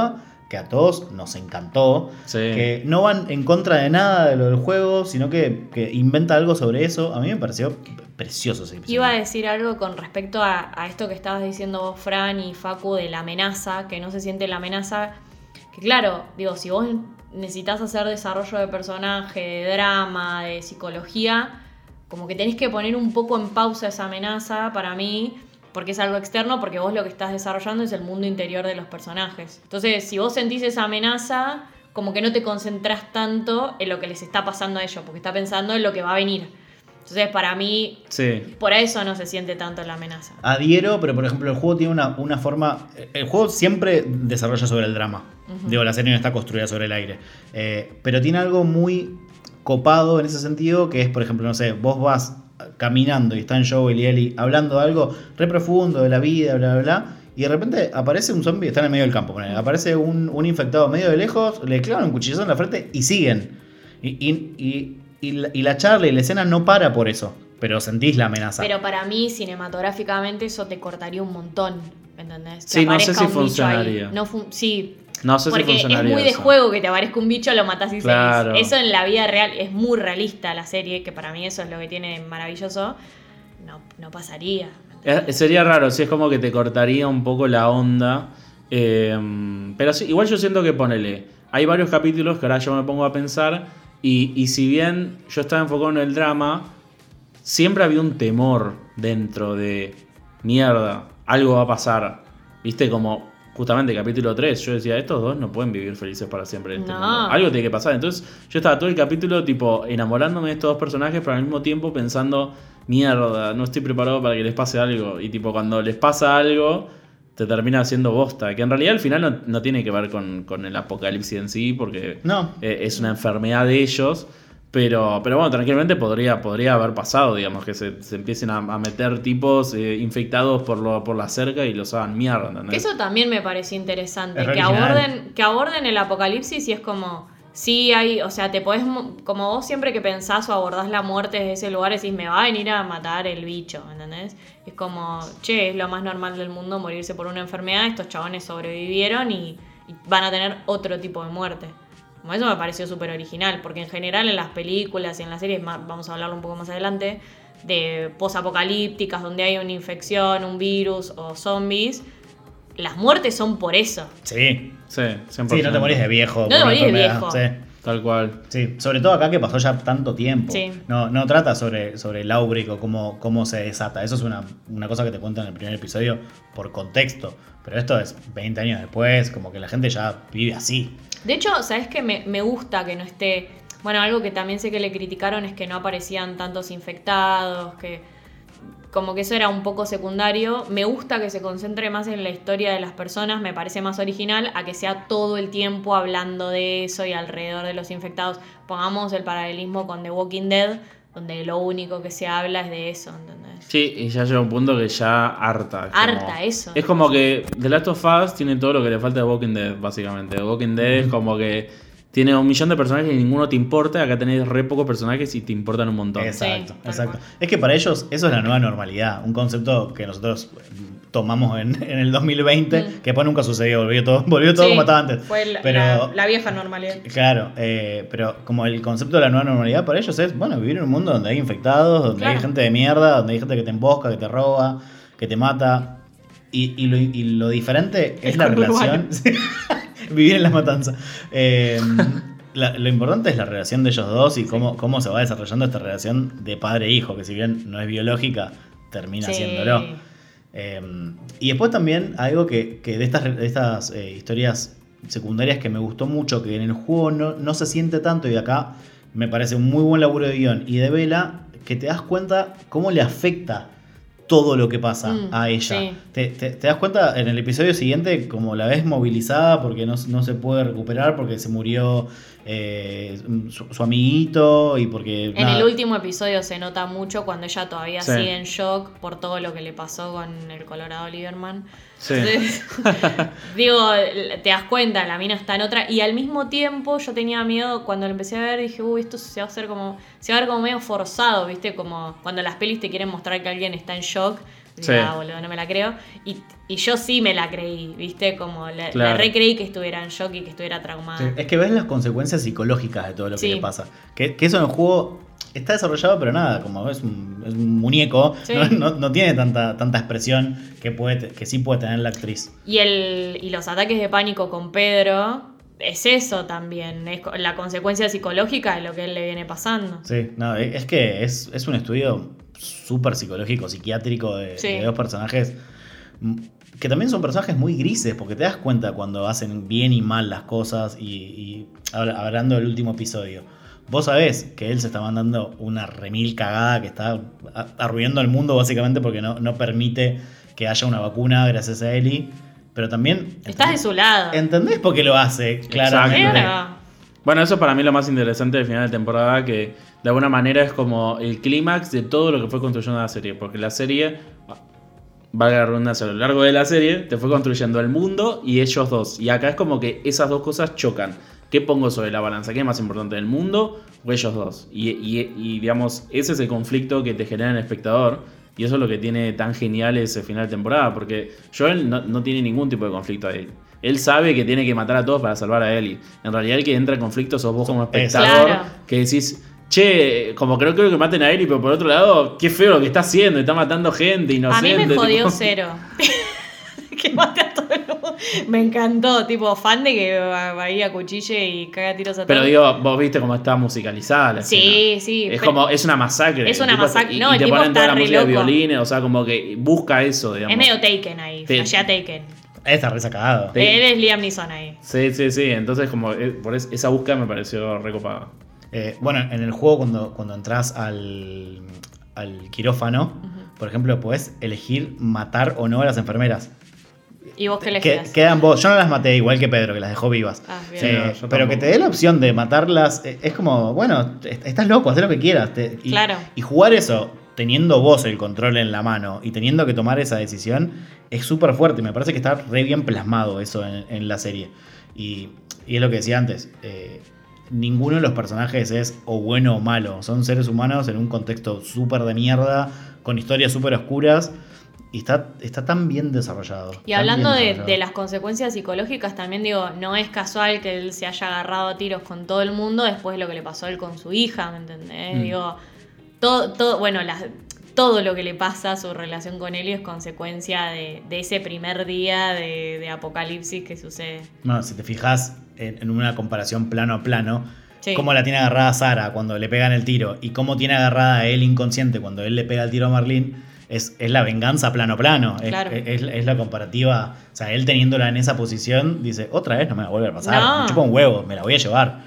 que a todos nos encantó, Sí. que no van en contra de nada de lo del juego, sino que, que inventa algo sobre eso. A mí me pareció precioso ese episodio. Iba a decir algo con respecto a, a esto que estabas diciendo vos, Fran y Facu, de la amenaza, que no se siente la amenaza. Que claro, digo, si vos necesitas hacer desarrollo de personaje, de drama, de psicología, como que tenés que poner un poco en pausa esa amenaza para mí, porque es algo externo, porque vos lo que estás desarrollando es el mundo interior de los personajes. Entonces, si vos sentís esa amenaza, como que no te concentrás tanto en lo que les está pasando a ellos, porque está pensando en lo que va a venir. Entonces, para mí, Sí. por eso no se siente tanto la amenaza. Adhiero, pero por ejemplo el juego tiene una, una forma... El juego siempre desarrolla sobre el drama. Uh-huh. Digo, la serie no está construida sobre el aire. Eh, pero tiene algo muy copado en ese sentido, que es, por ejemplo, no sé, vos vas caminando y están Joel y Ellie hablando algo re profundo de la vida, bla, bla, bla, y de repente aparece un zombie, está en el medio del campo, ponele, aparece un, un infectado medio de lejos, le clavan un cuchillazo en la frente y siguen. Y, y, y, y, la, y la charla y la escena no para por eso, pero sentís la amenaza. Pero para mí, cinematográficamente, eso te cortaría un montón, ¿entendés? Que Sí, no sé si un funcionaría. No fun- sí, No sé porque si funcionaría es muy de eso. juego que te aparezca un bicho, lo matás y Claro. seguís. Eso en la vida real es muy realista la serie, que para mí eso es lo que tiene maravilloso. No, no pasaría. Eh, sería raro, sí, es como que te cortaría un poco la onda. Eh, pero sí, igual yo siento que ponele. Hay varios capítulos que ahora yo me pongo a pensar. Y, y si bien yo estaba enfocado en el drama, siempre había un temor dentro de mierda, algo va a pasar. Viste, como justamente capítulo tres, yo decía, estos dos no pueden vivir felices para siempre en este No. mundo. Algo tiene que pasar. Entonces yo estaba todo el capítulo tipo enamorándome de estos dos personajes, pero al mismo tiempo pensando, mierda, no estoy preparado para que les pase algo. Y tipo, cuando les pasa algo, te termina haciendo bosta. Que en realidad al final no, no tiene que ver con, con el apocalipsis en sí, porque No. eh, es una enfermedad de ellos. Pero, pero bueno, tranquilamente podría, podría haber pasado, digamos, que se, se empiecen a, a meter tipos eh, infectados por, lo, por la cerca y los hagan mierda, ¿entendés? Que eso también me pareció interesante, Es que original. aborden, que aborden el apocalipsis y es como, sí hay, o sea, te podés, mo- como vos siempre que pensás o abordás la muerte desde ese lugar, decís, me va a venir a matar el bicho, ¿entendés? Es como, che, es lo más normal del mundo morirse por una enfermedad, estos chabones sobrevivieron y, y van a tener otro tipo de muerte. Como eso me pareció súper original, porque en general en las películas y en las series, ma- vamos a hablarlo un poco más adelante, de posapocalípticas, donde hay una infección, un virus o zombies, las muertes son por eso. Sí. Sí, cien por ciento. Sí, no te morís de viejo. No por te una morís de enfermedad. viejo. Sí. Tal cual. Sí, sobre todo acá que pasó ya tanto tiempo. Sí. No, no trata sobre, sobre el outbreak o cómo, cómo se desata. Eso es una, una cosa que te cuentan en el primer episodio por contexto. Pero esto es veinte años después, como que la gente ya vive así. De hecho, ¿sabes qué? Me, me gusta que no esté... Bueno, algo que también sé que le criticaron es que no aparecían tantos infectados, que como que eso era un poco secundario. Me gusta que se concentre más en la historia de las personas, me parece más original a que sea todo el tiempo hablando de eso y alrededor de los infectados. Pongamos el paralelismo con The Walking Dead, donde lo único que se habla es de eso, ¿entendés? Sí, y ya llega un punto que ya harta. Es Harta, como- eso. Es como que The Last of Us tiene todo lo que le falta de Walking Dead, básicamente. The Walking Dead es como que tiene un millón de personajes y ninguno te importa. Acá tenés re pocos personajes y te importan un montón. Exacto, Sí, tal exacto. cual. Es que para ellos eso es la nueva normalidad. Un concepto que nosotros tomamos en, en el dos mil veinte, Mm. que después nunca sucedió. Volvió todo, volvió todo Sí, como estaba antes. Fue la, Pero- la- la vieja normalidad. Claro, eh, pero como el concepto de la nueva normalidad para ellos es, bueno, vivir en un mundo donde hay infectados, donde Claro. hay gente de mierda, donde hay gente que te embosca, que te roba, que te mata. Y, y, lo, y lo diferente es El la conurbano. relación. Vivir en la matanza. Eh, la- lo importante es la relación de ellos dos y cómo, cómo se va desarrollando esta relación de padre e hijo, que si bien no es biológica, termina Sí. siéndolo. Eh, y después también algo que, que de estas, de estas eh, historias secundarias que me gustó mucho, que en el juego no, no se siente tanto, y acá me parece un muy buen laburo de guión y de Bella, que te das cuenta cómo le afecta todo lo que pasa Mm, a ella. sí. Te, te- te das cuenta en el episodio siguiente como la ves movilizada porque no, no se puede recuperar, porque se murió eh, su, su amiguito y porque... En nada. el último episodio se nota mucho cuando ella todavía Sí. sigue en shock por todo lo que le pasó con el Colorado Lieberman. Sí. Entonces, digo, te das cuenta, la mina está en otra. Y al mismo tiempo yo tenía miedo cuando lo empecé a ver, dije, uy, esto se va a hacer como, se va a ver como medio forzado, ¿viste? Como cuando las pelis te quieren mostrar que alguien está en shock, Sí. Ah, boludo, no me la creo. Y, y yo sí me la creí, ¿viste? Como la, Claro. la recreí que estuviera en shock y que estuviera traumada. Sí, es que ves las consecuencias psicológicas de todo lo que Sí. le pasa. Que, que eso en el juego está desarrollado, pero nada, como es un, es un muñeco, Sí. no, no- no tiene tanta, tanta expresión que, puede, que sí puede tener la actriz. Y, el, y los ataques de pánico con Pedro es eso también, es co- la consecuencia psicológica de lo que a él le viene pasando. Sí, no, es es que es, es un estudio súper psicológico, psiquiátrico de, Sí. de dos personajes mm, que también son personajes muy grises, porque te das cuenta cuando hacen bien y mal las cosas. Y, y habla- hablando del último episodio, vos sabés que él se está mandando una remil cagada que está a- arruinando el mundo básicamente porque no, no permite que haya una vacuna gracias a Ellie. Pero también... Estás de su lado. ¿Entendés por qué lo hace? Claramente. Claro. Bueno, eso para mí es lo más interesante del final de temporada, que de alguna manera es como el clímax de todo lo que fue construyendo la serie. Porque la serie, valga la redundancia, a lo largo de la serie, te fue construyendo el mundo y ellos dos. Y acá es como que esas dos cosas chocan. ¿Qué pongo sobre la balanza? ¿Qué es más importante, el mundo o ellos dos? Y, y- y, digamos, ese es el conflicto que te genera el espectador. Y eso es lo que tiene tan genial ese final de temporada. Porque Joel no, no tiene ningún tipo de conflicto ahí. Él sabe que tiene que matar a todos para salvar a Ellie. En realidad el que entra en conflicto sos vos como espectador. Claro. Que decís, che, como creo, creo que maten a Ellie, pero por otro lado, qué feo lo que está haciendo. Está matando gente A inocente. mí me jodió tipo. cero. Que mate a todo el mundo. Me encantó, tipo, fan de que va va ahí a cuchille y caga tiros a todos. Pero digo, vos viste cómo está musicalizada la Sí, escena. sí, Es pero- como, es una masacre. Es El una tipo está- masacre. y- No, y el te tipo ponen toda está la re música de loco. violines, o sea, como que busca eso, digamos. Es medio Taken ahí, Sí. flashea Taken. Está resacado. Sí. Él es Liam Neeson ahí. Sí, sí, sí. Entonces, como eh, por es- esa búsqueda me pareció recopada. Eh, bueno, en el juego cuando, cuando entras al, al quirófano, por ejemplo, podés elegir matar o no a las enfermeras. ¿Y vos qué le Que, decías? quedan vos. Yo no las maté igual que Pedro, que las dejó vivas. Ah, bien. Sí, Eh, no, yo pero tampoco. que te dé la opción de matarlas eh, es como, bueno, est- estás loco, haz lo que quieras. te- y, Claro. y jugar eso teniendo vos el control en la mano y teniendo que tomar esa decisión es súper fuerte. Me parece que está re bien plasmado eso en, en la serie. Y, y es lo que decía antes. eh, ninguno de los personajes es o bueno o malo. Son seres humanos en un contexto súper de mierda, con historias súper oscuras. Y está, está tan bien desarrollado. Y tan hablando bien de, desarrollado. de las consecuencias psicológicas, también digo, no es casual que él se haya agarrado a tiros con todo el mundo después de lo que le pasó a él con su hija, ¿me entendés? Mm. Digo, todo, todo, bueno, las- todo lo que le pasa a su relación con Ellie es consecuencia de, de ese primer día de, de apocalipsis que sucede. No, si te fijas en, en una comparación plano a plano, Sí. cómo la tiene agarrada Sara cuando le pegan el tiro y cómo tiene agarrada a él inconsciente cuando él le pega el tiro a Marlene, es, es la venganza plano a plano. Es, Claro. es- es la comparativa. O sea, él teniéndola en esa posición, dice, otra vez no me va a volver a pasar. No. Me chupa un huevo, me la voy a llevar.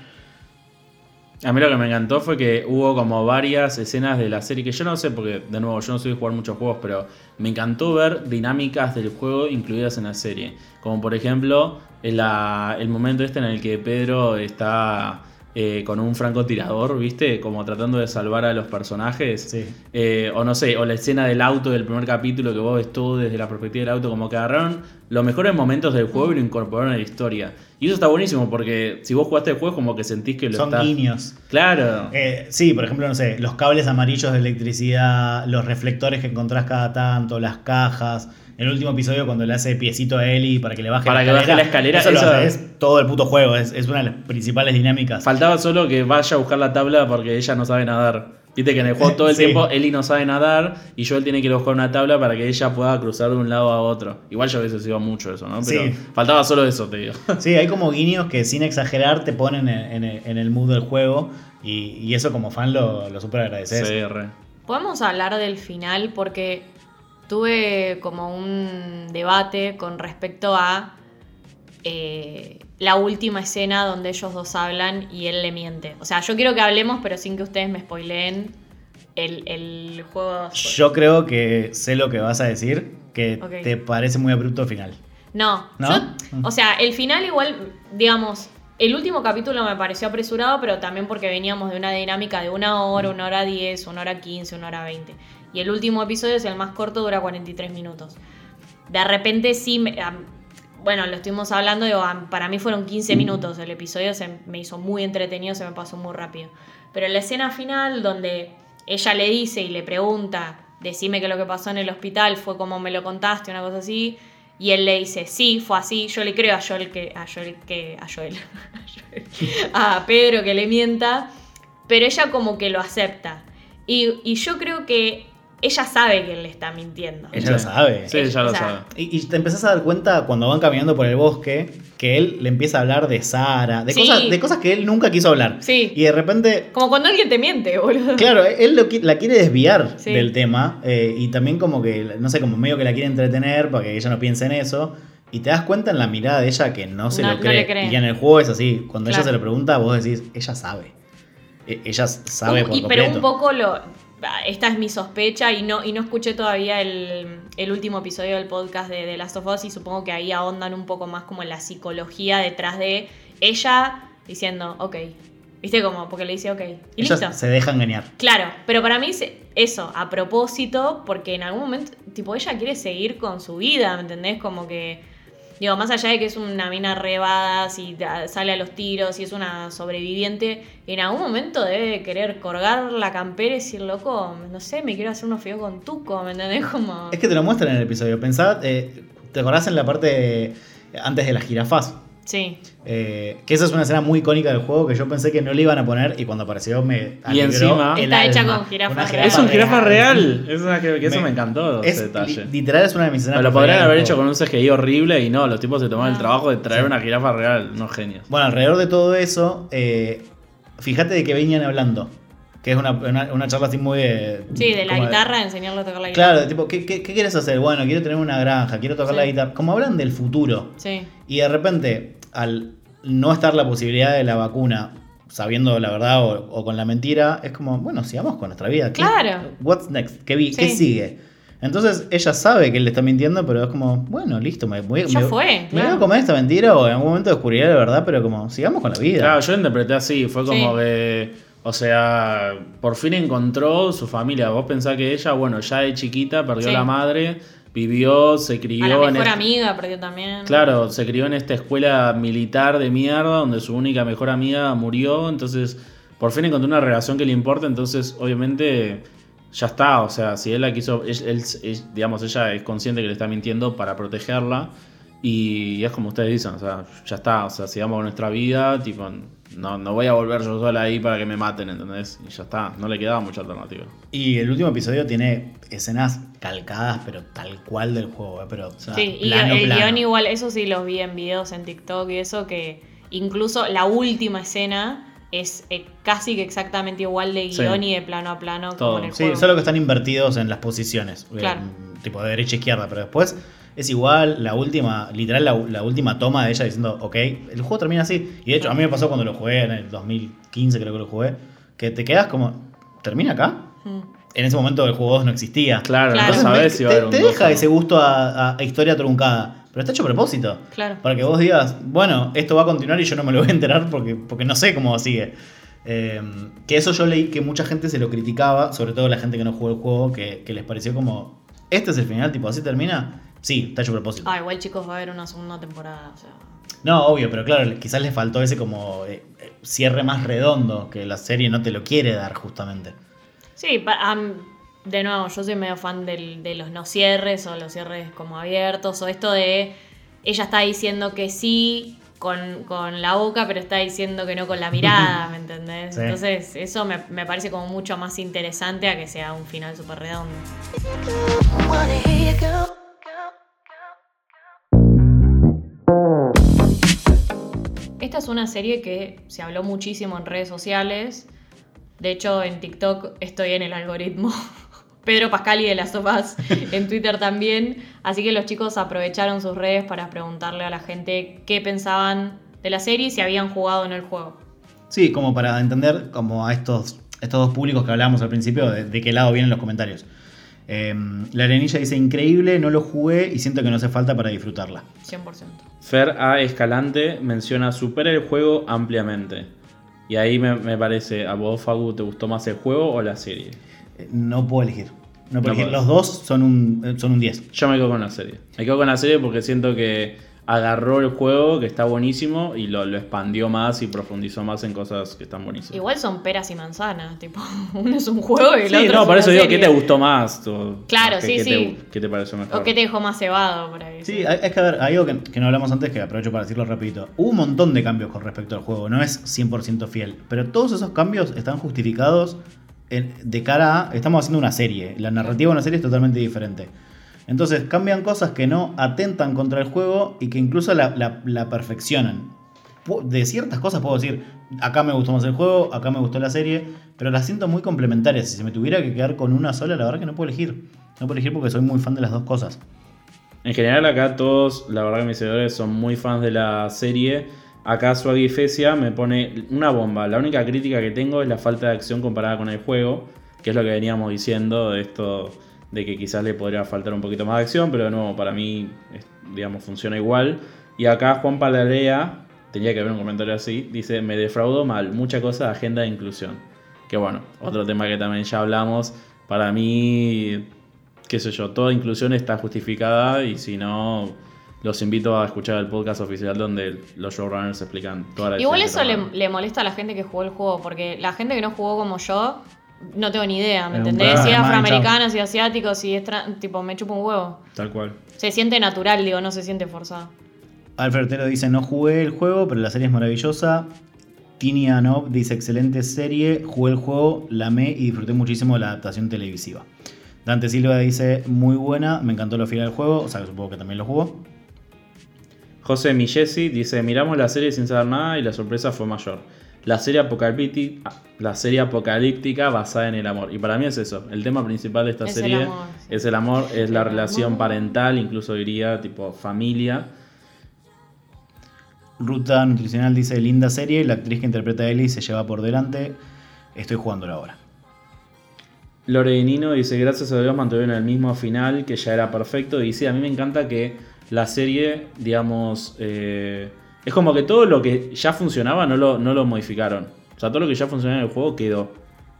A mí lo que me encantó fue que hubo como varias escenas de la serie que yo no sé, porque de nuevo yo no soy de jugar muchos juegos, pero me encantó ver dinámicas del juego incluidas en la serie. Como por ejemplo el, la- el momento este en el que Pedro está eh, con un francotirador, ¿viste? Como tratando de salvar a los personajes. Sí. Eh, o no sé, o la escena del auto del primer capítulo que vos ves todo desde la perspectiva del auto, como que agarraron los mejores momentos del juego y lo incorporaron a la historia. Y eso está buenísimo porque si vos jugaste el juego como que sentís que lo Son estás... guiños. Claro. Eh, sí, por ejemplo, no sé, los cables amarillos de electricidad, los reflectores que encontrás cada tanto, las cajas. El último episodio cuando le hace piecito a Ellie para que le baje Para la que baje escalera. la escalera, Eso lo eso- hace, es todo el puto juego, es, es una de las principales dinámicas. Faltaba solo que vaya a buscar la tabla porque ella no sabe nadar. Viste que en el juego todo el Sí. tiempo Ellie no sabe nadar y Joel tiene que ir a buscar una tabla para que ella pueda cruzar de un lado a otro. Igual yo hubiese sido mucho eso, ¿no? Pero Sí. faltaba solo eso, te digo. Sí, hay como guiños que sin exagerar te ponen en, en- en el mood del juego y, y eso como fan lo, lo súper agradeces. Sí, re. Podemos hablar del final porque tuve como un debate con respecto a eh, la última escena donde ellos dos hablan y él le miente. O sea, yo quiero que hablemos, pero sin que ustedes me spoileen el, el juego. Yo creo que sé lo que vas a decir, que Ok. te parece muy abrupto el final. No, ¿No? yo- o sea, el final igual, digamos, el último capítulo me pareció apresurado, pero también porque veníamos de una dinámica de una hora, una hora diez, una hora quince, una hora veinte. Y el último episodio es el más corto, dura cuarenta y tres minutos. De repente sí, me- am- bueno, lo estuvimos hablando, digo, am- para mí fueron quince minutos, el episodio se me hizo muy entretenido, se me pasó muy rápido. Pero la escena final donde ella le dice y le pregunta decime que lo que pasó en el hospital fue como me lo contaste, una cosa así. Y él le dice, sí, fue así. Yo le creo a Joel que... A Joel que... A Joel. a Pedro que le mienta. Pero ella como que lo acepta. Y, y yo creo que ella sabe que él le está mintiendo. Ella Sí. lo sabe. Sí, ella lo O sea, sabe. Y, y te empezás a dar cuenta cuando van caminando por el bosque que él le empieza a hablar de Sara, de, Sí. cosas, de cosas que él nunca quiso hablar. Sí. Y de repente, Como cuando alguien te miente, boludo. claro, él lo qui- la quiere desviar Sí. del tema eh, y también como que, no sé, como medio que la quiere entretener para que ella no piense en eso. Y te das cuenta en la mirada de ella que no se No- lo no cree. le cree. Y en el juego es así. Cuando Claro. ella se lo pregunta, vos decís, ella sabe. E- Ella sabe Un- por y, pero completo. un poco lo... Esta es mi sospecha y no, y no escuché todavía el, el último episodio del podcast de The Last of Us y supongo que ahí ahondan un poco más como en la psicología detrás de ella diciendo, ok. ¿Viste? Como porque le dice ok. Y Ella listo. se deja engañar. Claro, pero para mí es eso, a propósito, porque en algún momento, tipo, ella quiere seguir con su vida, ¿me entendés? Como que, digo, más allá de que es una mina rebada, si sale a los tiros, si es una sobreviviente, en algún momento debe querer colgar la campera y decir, loco, no sé, me quiero hacer unos fideos con tuco, ¿me entendés? Como... Es que te lo muestran en el episodio. Pensá, eh, ¿te acordás en la parte antes de las jirafas? Sí. Eh, que esa es una escena muy icónica del juego que yo pensé que no le iban a poner y cuando apareció me Y alegró encima- el Está hecha alma. con jirafa Una real. Es un jirafa real. Es una que, que eso Me- me encantó, Es ese detalle. li- literal es una de mis escenas Pero lo podrían preferidas haber del hecho con juego. un C G I horrible y no, los tipos se tomaron No. el trabajo de traer Sí. una jirafa real, no genios. Bueno, alrededor de todo eso, eh, fíjate de que venían hablando. Que es una, una, una charla así muy de... Sí, de la como guitarra, enseñarle a tocar la guitarra. Claro, de tipo, ¿qué, qué, qué quieres hacer? Bueno, quiero tener una granja, quiero tocar Sí. la guitarra. Como hablan del futuro. Sí. Y de repente, al no estar la posibilidad de la vacuna, sabiendo la verdad o, o con la mentira, es como, bueno, sigamos con nuestra vida. ¿Qué- Claro. What's next? ¿Qué, vi- Sí. ¿Qué sigue? Entonces ella sabe que él le está mintiendo, pero es como, bueno, listo, me voy, Ya me, fue, me voy claro. a comer esta mentira o en algún momento descubriré la verdad, pero como, sigamos con la vida. Claro, yo lo interpreté así, fue como Sí. que, o sea, por fin encontró su familia. Vos pensás que ella, bueno, ya de chiquita perdió Sí. la madre, vivió, se crió A la en mejor este- amiga perdió también. Claro, se crió en esta escuela militar de mierda donde su única mejor amiga murió, entonces por fin encontró una relación que le importa, entonces obviamente ya está, o sea, si él la quiso, él, él- él- digamos, ella es consciente que le está mintiendo para protegerla y es como ustedes dicen, o sea, ya está, o sea, sigamos con nuestra vida, tipo, no, no voy a volver yo sola ahí para que me maten, ¿entendés? Y ya está, no le quedaba mucha alternativa. Y el último episodio tiene escenas calcadas, pero tal cual del juego, ¿eh? Pero, o sea, Sí, y plano, el plano. guión igual, eso sí los vi en videos en TikTok y eso, que incluso la última escena es eh, casi que exactamente igual de Sí. guión y de plano a plano Todo. como en el Sí, juego. solo que están invertidos en las posiciones. eh, Claro. tipo de derecha a izquierda, pero después es igual, la última, literal, la, la última toma de ella diciendo, ok, el juego termina así. Y de hecho, a mí me pasó cuando lo jugué en el dos mil quince, creo que lo jugué, que te quedas como, ¿termina acá? Mm. En ese momento el juego dos no existía. Claro, Claro. no Entonces, sabes me- si va a haber te, un te dos deja o no. ese gusto a, a historia truncada, pero está hecho a propósito. Claro. Para que vos digas, bueno, esto va a continuar y yo no me lo voy a enterar porque, porque no sé cómo sigue. Eh, que eso yo leí que mucha gente se lo criticaba, sobre todo la gente que no jugó el juego, que, que les pareció como, este es el final, tipo, así termina. Sí, está hecho a propósito. Ah, igual chicos va a haber una segunda temporada, o sea. No, obvio, pero claro, quizás les faltó ese como eh, eh, cierre más redondo que la serie no te lo quiere dar justamente. Sí, pa- am- de nuevo, yo soy medio fan del- de los no cierres o los cierres como abiertos o esto de ella está diciendo que sí con, con la boca, pero está diciendo que no con la mirada, ¿me entendés? Sí. Entonces eso me, me parece como mucho más interesante a que sea un final súper redondo. Wanna hear you go. Esta es una serie que se habló muchísimo en redes sociales. De hecho, en TikTok estoy en el algoritmo. Pedro Pascal y de las sofás en Twitter también. Así que los chicos aprovecharon sus redes para preguntarle a la gente qué pensaban de la serie y si habían jugado en el juego. Sí, como para entender como a estos, estos dos públicos que hablábamos al principio, de, de qué lado vienen los comentarios. Eh, la Arenilla dice, increíble, no lo jugué y siento que no hace falta para disfrutarla. cien por ciento. Fer A. Escalante menciona supera el juego ampliamente. Y ahí me, me parece, ¿a vos, Facu, te gustó más el juego o la serie? Eh, No puedo elegir. No puedo No elegir. podés. Los dos son un, eh, son un diez. Yo me quedo con la serie. Me quedo con la serie porque siento que agarró el juego, que está buenísimo, y lo, lo expandió más y profundizó más en cosas que están buenísimas. Igual son peras y manzanas, tipo, uno es un juego y el Sí, otro no, es por una eso digo, serie. ¿qué te gustó más? O, Claro, ¿qué, sí, qué sí. Te, ¿Qué te pareció mejor? ¿O qué te dejó más cebado por ahí? Sí, hay- es que a ver, hay algo que, que no hablamos antes, que aprovecho para decirlo rapidito. Hubo un montón de cambios con respecto al juego, no es cien por ciento fiel, pero todos esos cambios están justificados en- de cara a... Estamos haciendo una serie, la narrativa de una serie es totalmente diferente. Entonces cambian cosas que no atentan contra el juego y que incluso la, la- la perfeccionan. Pu- De ciertas cosas puedo decir, acá me gustó más el juego, acá me gustó la serie, pero las siento muy complementarias. Si se me tuviera que quedar con una sola, la verdad que no puedo elegir. No puedo elegir porque soy muy fan de las dos cosas. En general acá todos, la verdad que mis seguidores son muy fans de la serie. Acá Swaggy Fecia me pone una bomba. La única crítica que tengo es la falta de acción comparada con el juego, que es lo que veníamos diciendo de esto de que quizás le podría faltar un poquito más de acción, pero de nuevo, para mí, es- digamos, funciona igual. Y acá Juan Palarea, tenía que haber un comentario así, dice, me defraudó mal, mucha cosa de agenda de inclusión. Que bueno, otro tema que también ya hablamos, para mí, qué sé yo, toda inclusión está justificada y si no, los invito a escuchar el podcast oficial donde los showrunners explican toda la Igual decisión eso que le, tomaron. le molesta a la gente que jugó el juego, porque la gente que no jugó como yo, no tengo ni idea, ¿me Es un entendés? programa Si es de afroamericano, si es asiático, si es tra- tipo, me chupa un huevo. Tal cual. Se siente natural, digo, no se siente forzado. Alfred Otero dice, no jugué el juego, pero la serie es maravillosa. Tini Anov dice, excelente serie, jugué el juego, la amé y disfruté muchísimo de la adaptación televisiva. Dante Silva dice, muy buena, me encantó lo final del juego, o sea que supongo que también lo jugó. José Millesi dice, miramos la serie sin saber nada y la sorpresa fue mayor. La serie apocalíptica, la serie apocalíptica basada en el amor. Y para mí es eso. El tema principal de esta Es el serie amor, sí. es el amor, es la El relación amor. parental, incluso diría tipo familia. Ruta Nutricional dice, linda serie, la actriz que interpreta a Ellie se lleva por delante, estoy jugándola ahora. Lore Nino dice, gracias a Dios mantuvieron el mismo final, que ya era perfecto. Y sí, a mí me encanta que la serie, digamos, eh, es como que todo lo que ya funcionaba no lo, no lo modificaron. O sea, todo lo que ya funcionaba en el juego quedó.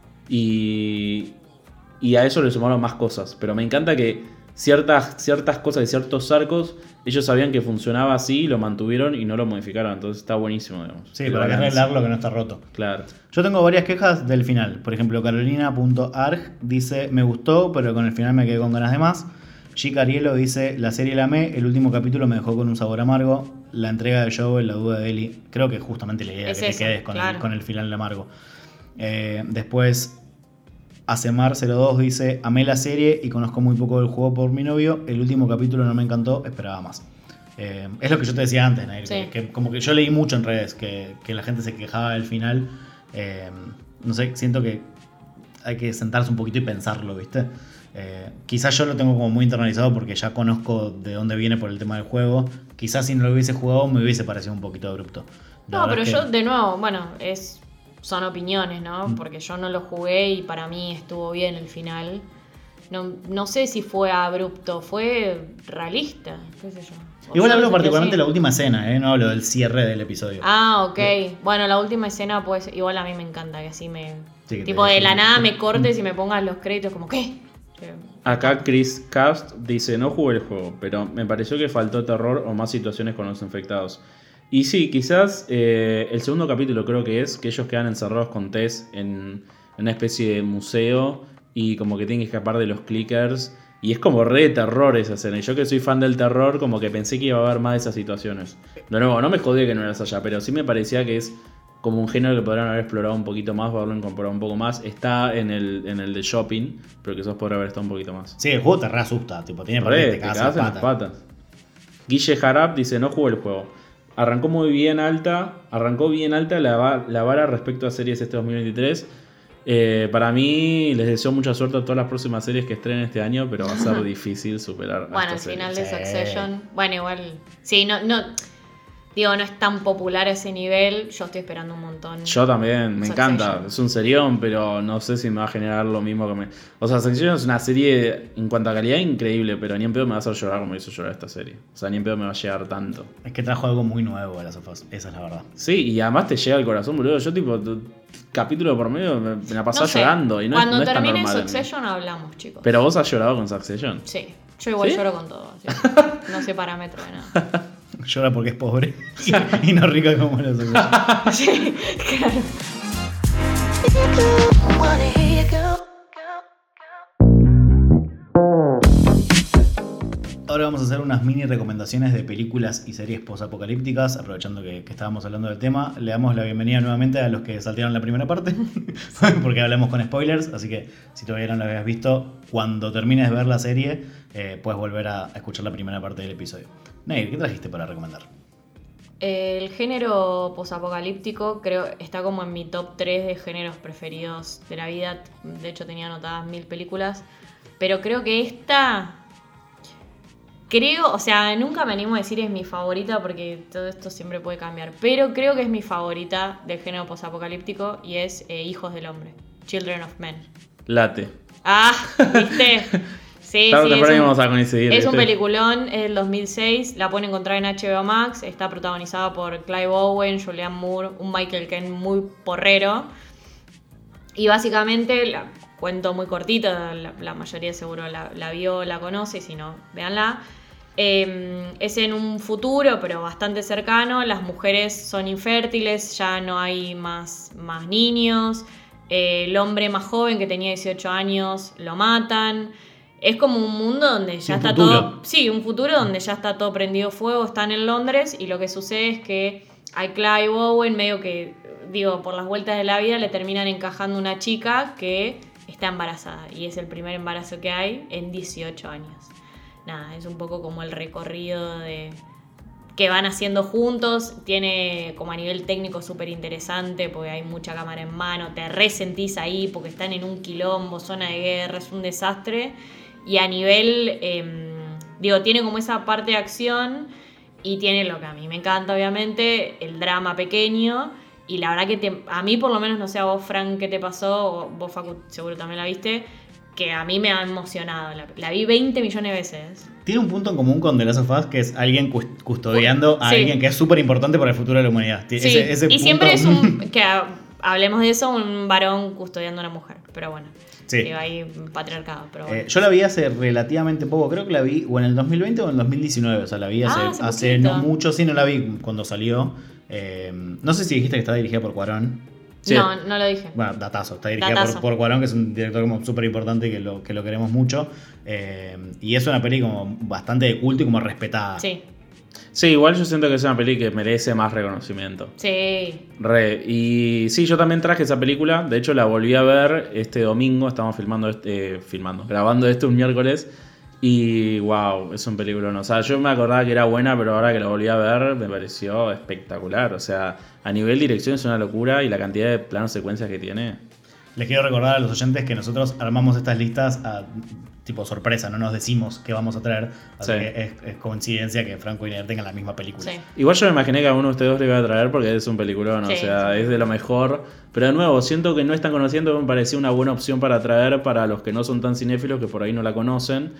Y, y a eso le sumaron más cosas. Pero me encanta que ciertas, ciertas cosas y ciertos arcos, ellos sabían que funcionaba así, lo mantuvieron y no lo modificaron. Entonces está buenísimo, digamos. Sí, El para que balance. arreglar lo que no está roto. Claro. Yo tengo varias quejas del final. Por ejemplo, carolina punto arg dice, me gustó, pero con el final me quedé con ganas de más. G. Carielo dice, la serie la amé, el último capítulo me dejó con un sabor amargo. La entrega de Joe, la duda de Ellie. Creo que justamente la idea Es que eso, te quedes con, claro. el, con el final amargo. Eh, después, Acemar cero dos dice, amé la serie y conozco muy poco del juego por mi novio. El último capítulo no me encantó, esperaba más. Eh, es lo que yo te decía antes, Nair, Sí. que, que como que yo leí mucho en redes que, que la gente se quejaba del final. Eh, no sé, siento que hay que sentarse un poquito y pensarlo, ¿viste? Eh, quizás yo lo tengo como muy internalizado porque ya conozco de dónde viene por el tema del juego. Quizás si no lo hubiese jugado me hubiese parecido un poquito abrupto. La No, verdad pero es que- yo, de nuevo, bueno, es son opiniones, ¿no? Porque yo no lo jugué y para mí estuvo bien el final. No, no sé si fue abrupto, fue realista, qué sé yo. O Igual yo hablo lo sentí particularmente de así. la última escena, ¿eh? No hablo del cierre del episodio. Ah, ok. Bueno, la última escena, pues, igual a mí me encanta que así me... Sí, que tipo, te- de la sí. nada me cortes y me pongas los créditos como, ¿qué? Eh, Acá Chris Cast dice, no jugué el juego, pero me pareció que faltó terror o más situaciones con los infectados. Y sí, quizás eh, el segundo capítulo creo que es que ellos quedan encerrados con Tess en, en una especie de museo y como que tienen que escapar de los clickers. Y es como re de terror esa escena. Y yo que soy fan del terror, como que pensé que iba a haber más de esas situaciones. De nuevo, no me jodía que no eras allá, pero sí me parecía que es como un género que podrían haber explorado un poquito más, haberlo incorporado un poco más. Está en el, en el de shopping, pero quizás podría haber estado un poquito más. Sí, el juego te re asusta, tipo, tiene Re, paredes, te te cagas cagás en en las las patas. patas. Guille Harap dice, no jugué el juego. Arrancó muy bien alta, arrancó bien alta la, va- la vara respecto a series este dos mil veintitrés. Eh, para mí les deseo mucha suerte a todas las próximas series que estrenen este año, pero va a ser difícil superar a Bueno, esta al final serie. de Sí. Succession. Bueno, igual. Sí, no, no. Digo, no es tan popular a ese nivel. Yo estoy esperando un montón. Yo también, me Succession. encanta, es un serión, pero no sé si me va a generar lo mismo que me... O sea, Succession es una serie en cuanto a calidad increíble, pero ni en pedo me va a hacer llorar como hizo llorar esta serie. O sea, ni en pedo me va a llegar tanto. Es que trajo algo muy nuevo a las sofás, esa es la verdad. Sí, y además te llega al corazón, boludo. Yo tipo, t- capítulo por medio me, me la pasaba No sé. llorando y no es, Cuando no es tan termine normal en mí. Succession hablamos, chicos. Pero vos has llorado con Succession. Sí, yo igual ¿Sí? lloro con todo. sí. No sé parámetro de nada. Llora porque es pobre y, y no rica como los otros. Sí, claro. Wanna hear you go. Ahora vamos a hacer unas mini recomendaciones de películas y series posapocalípticas, aprovechando que, que estábamos hablando del tema. Le damos la bienvenida nuevamente a los que saltearon la primera parte, porque hablamos con spoilers, así que si todavía no la habías visto, cuando termines de ver la serie, eh, puedes volver a, a escuchar la primera parte del episodio. Neil, ¿qué trajiste para recomendar? El género posapocalíptico creo está como en mi top tres de géneros preferidos de la vida. De hecho tenía anotadas mil películas, pero creo que esta... Creo, o sea, nunca me animo a decir es mi favorita porque todo esto siempre puede cambiar. Pero creo que es mi favorita del género posapocalíptico y es eh, Hijos del Hombre, Children of Men. Late. Ah, ¿viste? Sí, Tarde o sí, temprano es un, vamos a coincidir. es un ¿viste? peliculón, es del dos mil seis, la pueden encontrar en H B O Max, está protagonizada por Clive Owen, Julianne Moore, un Michael Caine muy porrero. Y básicamente, la cuento muy cortita, la, la mayoría seguro la, la vio, la conoce, y si no, véanla. Eh, es en un futuro, pero bastante cercano. Las mujeres son infértiles, ya no hay más, más niños. Eh, el hombre más joven, que tenía dieciocho años, lo matan. Es como un mundo donde ya Sí, está futuro. todo. Sí, un futuro donde ya está todo prendido fuego. Están en Londres y lo que sucede es que a Clive Owen, medio que, digo, por las vueltas de la vida, le terminan encajando una chica que está embarazada. Y es el primer embarazo que hay en dieciocho años. Nada, es un poco como el recorrido de que van haciendo juntos. Tiene como a nivel técnico súper interesante porque hay mucha cámara en mano, te resentís ahí porque están en un quilombo, zona de guerra, es un desastre. Y a nivel, eh, digo, tiene como esa parte de acción y tiene lo que a mí me encanta, obviamente, el drama pequeño. Y la verdad que te, a mí por lo menos, no sé a vos, Frank, qué te pasó, o vos, Facu, seguro también la viste, que a mí me ha emocionado. La, la vi veinte millones de veces. Tiene un punto en común con The Last of Us, que es alguien cus- custodiando a Sí. alguien que es súper importante para el futuro de la humanidad. Sí, Ese- ese y punto- siempre es un, que ha- hablemos de eso, un varón custodiando a una mujer. Pero bueno, Sí. digo, ahí patriarcado. Pero bueno. Eh, yo la vi hace relativamente poco, creo que la vi o en el dos mil veinte o en el dos mil diecinueve, o sea, la vi hace, Ah, hace hace poquito. no mucho, sí, no la vi cuando salió. Eh, no sé si dijiste que está dirigida por Cuarón. Sí. No, no lo dije. Bueno, datazo, está dirigida Datazo. por, por Cuarón, que es un director como súper importante y que lo, que lo queremos mucho. Eh, y es una peli como bastante de culto y como respetada. Sí, Sí, igual yo siento que es una peli que merece más reconocimiento. sí. Re. Y sí, yo también traje esa película. De hecho, la volví a ver este domingo. Estamos filmando este. Eh, filmando, grabando esto un miércoles. Y wow, es un peliculón. O sea, yo me acordaba que era buena, pero ahora que la volví a ver me pareció espectacular. O sea, a nivel dirección es una locura y la cantidad de planos secuencias que tiene. Les quiero recordar a los oyentes que nosotros armamos estas listas a tipo sorpresa, no nos decimos qué vamos a traer. Así Sí. que es, es coincidencia que Franco y Ner tengan la misma película. Sí. Igual yo me imaginé que a uno de ustedes dos le iba a traer porque es un peliculón, Sí, o sea, sí. es de lo mejor. Pero de nuevo, siento que no es tan conocido, me parecía una buena opción para traer para los que no son tan cinéfilos, que por ahí no la conocen.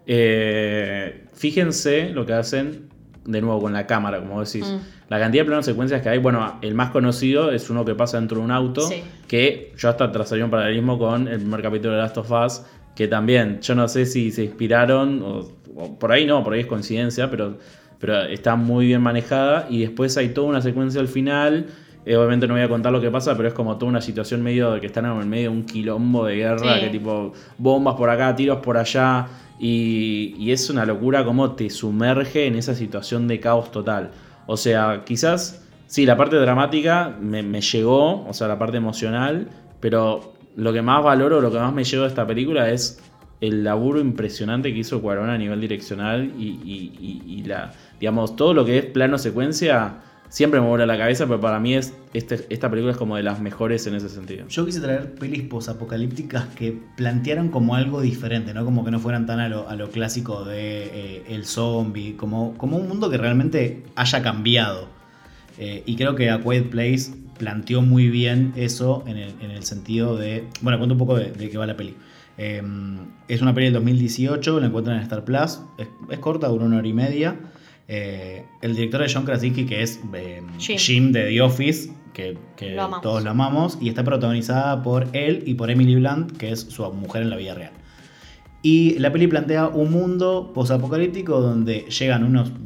Eh, fíjense lo que hacen de nuevo con la cámara, como decís. Mm. La cantidad de planos secuencias que hay, bueno, el más conocido es uno que pasa dentro de un auto, Sí. que yo hasta trazaría un paralelismo con el primer capítulo de Last of Us, que también, yo no sé si se inspiraron, o, o por ahí no, por ahí es coincidencia, pero, pero está muy bien manejada. Y después hay toda una secuencia al final. Eh, obviamente no voy a contar lo que pasa, pero es como toda una situación medio de que están en el medio de un quilombo de guerra, Sí. que tipo bombas por acá, tiros por allá. Y, y es una locura cómo te sumerge en esa situación de caos total. O sea, quizás, sí, la parte dramática me, me llegó, o sea, la parte emocional, pero lo que más valoro, lo que más me llegó de esta película es el laburo impresionante que hizo Cuarón a nivel direccional y, y, y, y la, digamos, todo lo que es plano secuencia. Siempre me vuela la cabeza, pero para mí es este, esta película es como de las mejores en ese sentido. Yo quise traer pelis posapocalípticas que plantearan como algo diferente, ¿no? Como que no fueran tan a lo, a lo clásico de eh, el zombie, como, como un mundo que realmente haya cambiado. Eh, y creo que A Quiet Place planteó muy bien eso en el, en el sentido de... Bueno, cuento un poco de, de qué va la peli. Eh, es una peli del dos mil dieciocho, la encuentran en Star Plus, es, es corta, dura una hora y media. Eh, el director es John Krasinski, que es eh, Jim. Jim de The Office, que, que Lo amamos. todos lo amamos, y está protagonizada por él y por Emily Blunt, que es su mujer en la vida real. Y la peli plantea un mundo posapocalíptico donde llegan unos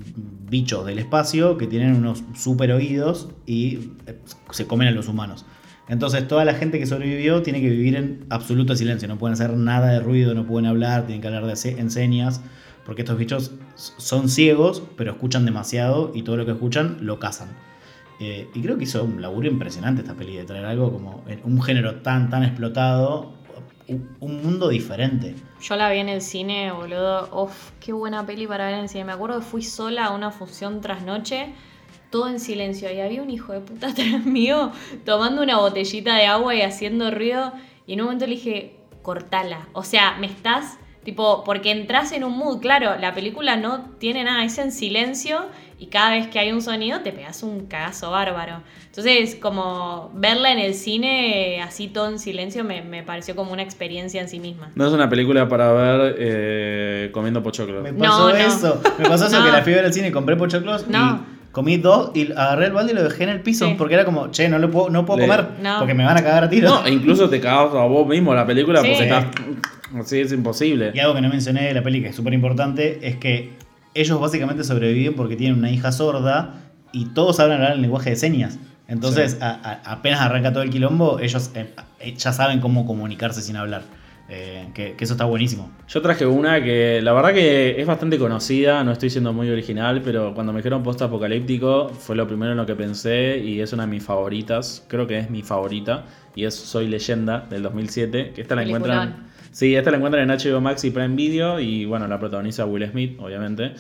bichos del espacio que tienen unos super oídos y eh, se comen a los humanos. Entonces toda la gente que sobrevivió tiene que vivir en absoluto silencio, no pueden hacer nada de ruido, no pueden hablar, tienen que hablar de se- en señas, porque estos bichos son ciegos, pero escuchan demasiado y todo lo que escuchan lo cazan. Eh, y creo que hizo un laburo impresionante esta peli de traer algo como un género tan, tan explotado, un, un mundo diferente. Yo la vi en el cine, boludo. Uf, qué buena peli para ver en el cine. Me acuerdo que fui sola a una función trasnoche, todo en silencio. Y había un hijo de puta atrás mío tomando una botellita de agua y haciendo ruido. Y en un momento le dije, cortala. O sea, me estás... Tipo, porque entras en un mood. Claro, la película no tiene nada, es en silencio. Y cada vez que hay un sonido te pegas un cagazo bárbaro. Entonces, como verla en el cine así todo en silencio me, me pareció como una experiencia en sí misma. No es una película para ver eh, comiendo pochoclo. Me pasó No, no. eso, me pasó eso No. que la fui a ver al cine y compré pochoclos No. y comí dos y agarré el balde y lo dejé en el piso Sí. porque era como, che, no lo puedo, no puedo Le- comer No. porque me van a cagar a tiro. No, e incluso te cagas a vos mismo la película Sí. porque estás... Así es imposible. Y algo que no mencioné de la peli que es súper importante es que ellos básicamente sobreviven porque tienen una hija sorda y todos hablan hablar el lenguaje de señas. Entonces, Sí. a- a- apenas arranca todo el quilombo, ellos eh, eh, ya saben cómo comunicarse sin hablar. Eh, que, que eso está buenísimo. Yo traje una que la verdad que es bastante conocida, no estoy siendo muy original, pero cuando me dijeron post-apocalíptico fue lo primero en lo que pensé y es una de mis favoritas, creo que es mi favorita, y es Soy Leyenda del dos mil siete, que esta la Peliculón. encuentran... Sí, esta la encuentran en H B O Max y Prime Video y bueno, la protagoniza Will Smith, obviamente.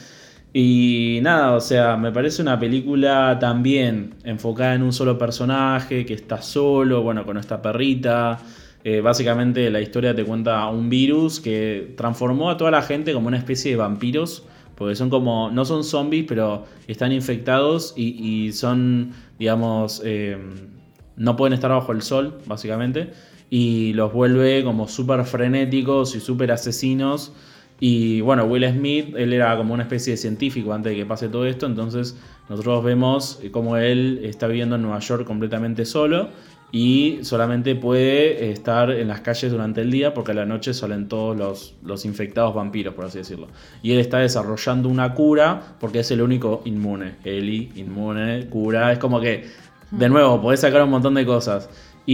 Y nada, o sea, me parece una película también enfocada en un solo personaje, que está solo, bueno, con esta perrita. Eh, básicamente la historia te cuenta un virus que transformó a toda la gente como una especie de vampiros, porque son como, no son zombies, pero están infectados y, y son, digamos, eh, no pueden estar bajo el sol, básicamente, y los vuelve como súper frenéticos y súper asesinos. Y bueno, Will Smith, él era como una especie de científico antes de que pase todo esto, entonces nosotros vemos cómo él está viviendo en Nueva York completamente solo y solamente puede estar en las calles durante el día porque a la noche salen todos los, los infectados vampiros, por así decirlo. Y él está desarrollando una cura porque es el único inmune. Eli, inmune, cura, es como que, de nuevo, podés sacar un montón de cosas.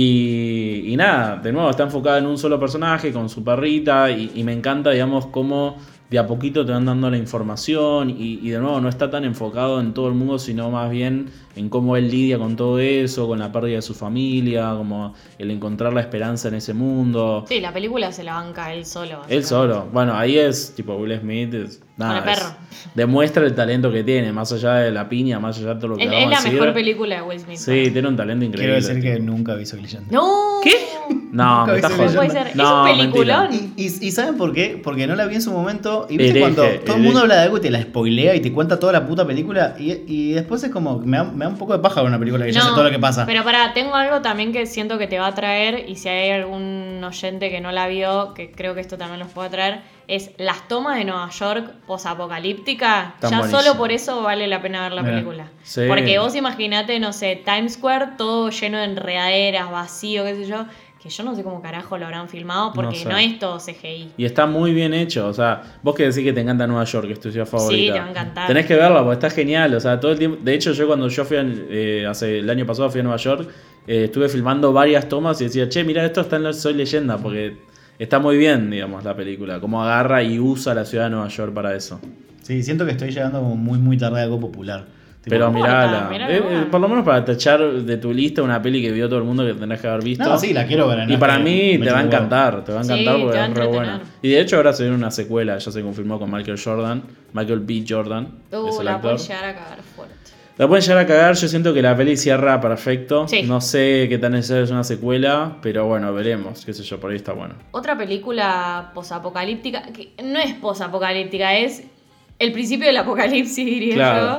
Y, y nada, de nuevo está enfocada en un solo personaje con su perrita y, y me encanta, digamos, cómo de a poquito te van dando la información y, y de nuevo no está tan enfocado en todo el mundo, sino más bien en cómo él lidia con todo eso, con la pérdida de su familia, como el encontrar la esperanza en ese mundo. Sí, la película se la banca él solo. Él básicamente. solo. Bueno, ahí es tipo Will Smith. Es, nada, Con el es- perro. demuestra el talento que tiene, más allá de la piña, más allá de todo lo que Es, vamos es la a decir. mejor película de Will Smith. Sí, tiene un talento increíble. Quiero decir que tipo. nunca vi Soy Leyenda. ¡No! ¿Qué? No, Nunca me estás vi No Soy puede jodiendo. ser. Es No, un peliculón. mentira. Y, y- y ¿saben por qué? Porque no la vi en su momento. Y viste Hereje, cuando todo el hereje. mundo habla de algo y te la spoilea y te cuenta toda la puta película. Y, y después es como, me da, me da un poco de paja con una película que ya sé todo lo que pasa. Pero pará, tengo algo también que siento que te va a traer, y si hay algún oyente que no la vio, que creo que esto también los puede traer, es las tomas de Nueva York posapocalíptica. Están Ya buenísimas. solo por eso vale la pena ver la Mirá. película. Sí. Porque vos imaginate, no sé, Times Square todo lleno de enredaderas, vacío, qué sé yo, que yo no sé cómo carajo lo habrán filmado porque No no, sé. es todo C G I. Y está muy bien hecho, o sea, vos que decís que te encanta Nueva York, que es tu ciudad favorita. te va a encantar. Tenés que verla porque está genial, o sea, todo el tiempo. De hecho, yo cuando yo fui, a- eh, hace el año pasado fui a Nueva York, eh, estuve filmando varias tomas y decía, che, mira, esto está en la Soy Leyenda, porque está muy bien, digamos, la película, cómo agarra y usa la ciudad de Nueva York para eso. Sí, siento que estoy llegando como muy, muy tarde a algo popular. Tipo, Pero no mirala, importa, mirala Eh, eh, nomás. por lo menos para tachar de tu lista una peli que vio todo el mundo que tenés que haber visto. No, sí, la quiero ver. no Y es para que mí me te va a chupa un huevo. encantar, te va a Sí, encantar porque te va a es re entretener. buena. Y de hecho ahora se viene una secuela, ya se confirmó con Michael Jordan, Michael B. Jordan, Uh, es el la actor. pueden llegar a cagar fuerte. La pueden llegar a cagar, yo siento que la peli cierra perfecto. Sí. No sé qué tan necesaria es una secuela, pero bueno, veremos, qué sé yo, por ahí está bueno. Otra película posapocalíptica, que no es posapocalíptica, es el principio del apocalipsis, diría Claro. yo.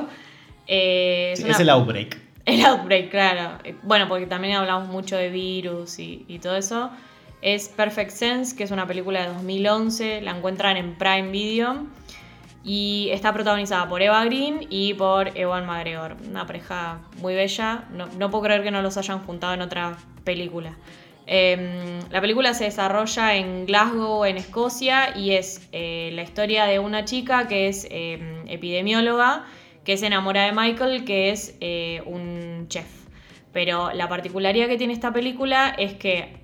Eh, es Sí, una- es el outbreak. El Outbreak, claro. Eh, Bueno, porque también hablamos mucho de virus y, y todo eso. Es Perfect Sense, que es una película de dos mil once, la encuentran en Prime Video. Y está protagonizada por Eva Green y por Ewan McGregor. Una pareja muy bella. No, no puedo creer que no los hayan juntado en otra película. Eh, la película se desarrolla en Glasgow, en Escocia, y es eh, la historia de una chica que es eh, epidemióloga, que se enamora de Michael, que es eh, un chef. Pero la particularidad que tiene esta película es que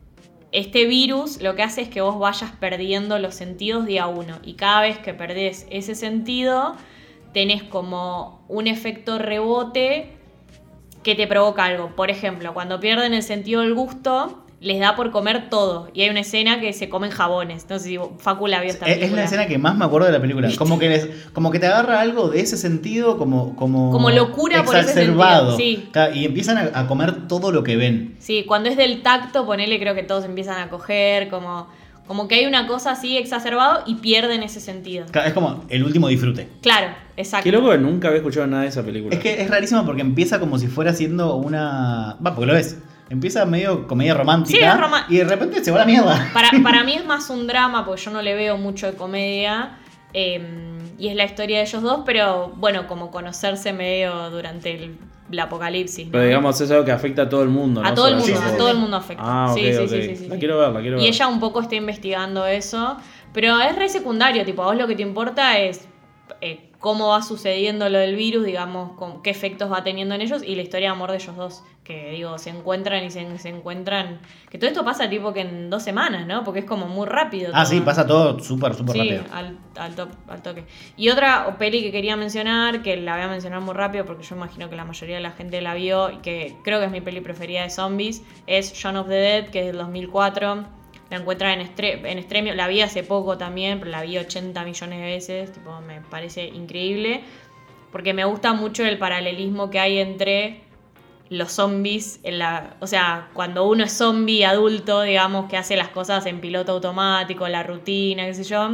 este virus lo que hace es que vos vayas perdiendo los sentidos día uno. Y cada vez que perdés ese sentido, tenés como un efecto rebote que te provoca algo. Por ejemplo, cuando pierden el sentido del gusto, les da por comer todo. Y hay una escena que se comen jabones. No sé si Facu la vio esta Es, película. es la escena que más me acuerdo de la película. Como que, les, como que te agarra algo de ese sentido, como, como, Como locura por ese exacerbado. sentido, sí. Claro, y empiezan a, a comer todo lo que ven. Sí, cuando es del tacto, ponele, creo que todos empiezan a coger, como, como que hay una cosa así exacerbado y pierden ese sentido. Claro, es como el último disfrute. Claro, exacto. Qué loco que nunca había escuchado nada de esa película. Es que es rarísimo porque empieza como si fuera siendo una... Va, porque lo ves. Empieza medio comedia romántica. Sí, es roma- y de repente se va a la mierda. Para, para mí es más un drama, porque yo no le veo mucho de comedia. eh, y es la historia de ellos dos, pero bueno, como conocerse medio durante el, el apocalipsis, ¿no? Pero digamos, es algo que afecta a todo el mundo, A ¿no? todo el Solo mundo, ellos a dos. todo el mundo afecta. Ah, ok, Sí, sí, ok. sí, sí, sí, La sí. quiero ver, la quiero ver. Y ella un poco está investigando eso, pero es re secundario, tipo, a vos lo que te importa es eh, cómo va sucediendo lo del virus, digamos, con, qué efectos va teniendo en ellos y la historia de amor de ellos dos, que digo, se encuentran y se, se encuentran, que todo esto pasa tipo que en dos semanas, ¿no? Porque es como muy rápido. Ah, todo. sí, pasa todo súper, súper Sí, rápido. al, al, top- al toque. Y otra peli que quería mencionar, que la voy a mencionar muy rápido porque yo imagino que la mayoría de la gente la vio y que creo que es mi peli preferida de zombies, es Shaun of the Dead, que es del dos mil cuatro. La encuentran en, estre- en Stremio, la vi hace poco también, pero la vi ochenta millones de veces, tipo, me parece increíble, porque me gusta mucho el paralelismo que hay entre los zombies, en la, o sea, cuando uno es zombie adulto, digamos, que hace las cosas en piloto automático, la rutina, qué sé yo,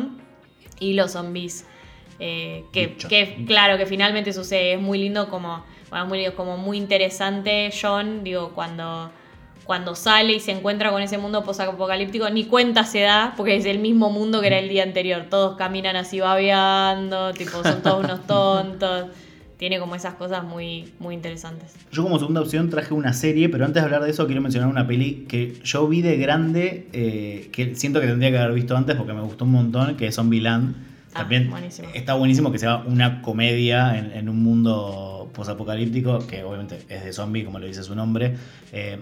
y los zombies, eh, que, Bichos. que claro, que finalmente sucede, es muy lindo, como, bueno, muy, lindo, como muy interesante, John, digo, cuando... Cuando sale y se encuentra con ese mundo posapocalíptico, ni cuenta se da, porque es el mismo mundo que era el día anterior. Todos caminan así babeando, tipo, son todos unos tontos. Tiene como esas cosas muy, muy interesantes. Yo como segunda opción traje una serie, pero antes de hablar de eso quiero mencionar una peli que yo vi de grande, eh, que siento que tendría que haber visto antes porque me gustó un montón, que es Zombieland. Ah, También buenísimo. está buenísimo que sea una comedia en, en un mundo posapocalíptico, que obviamente es de zombie, como lo dice su nombre. Eh,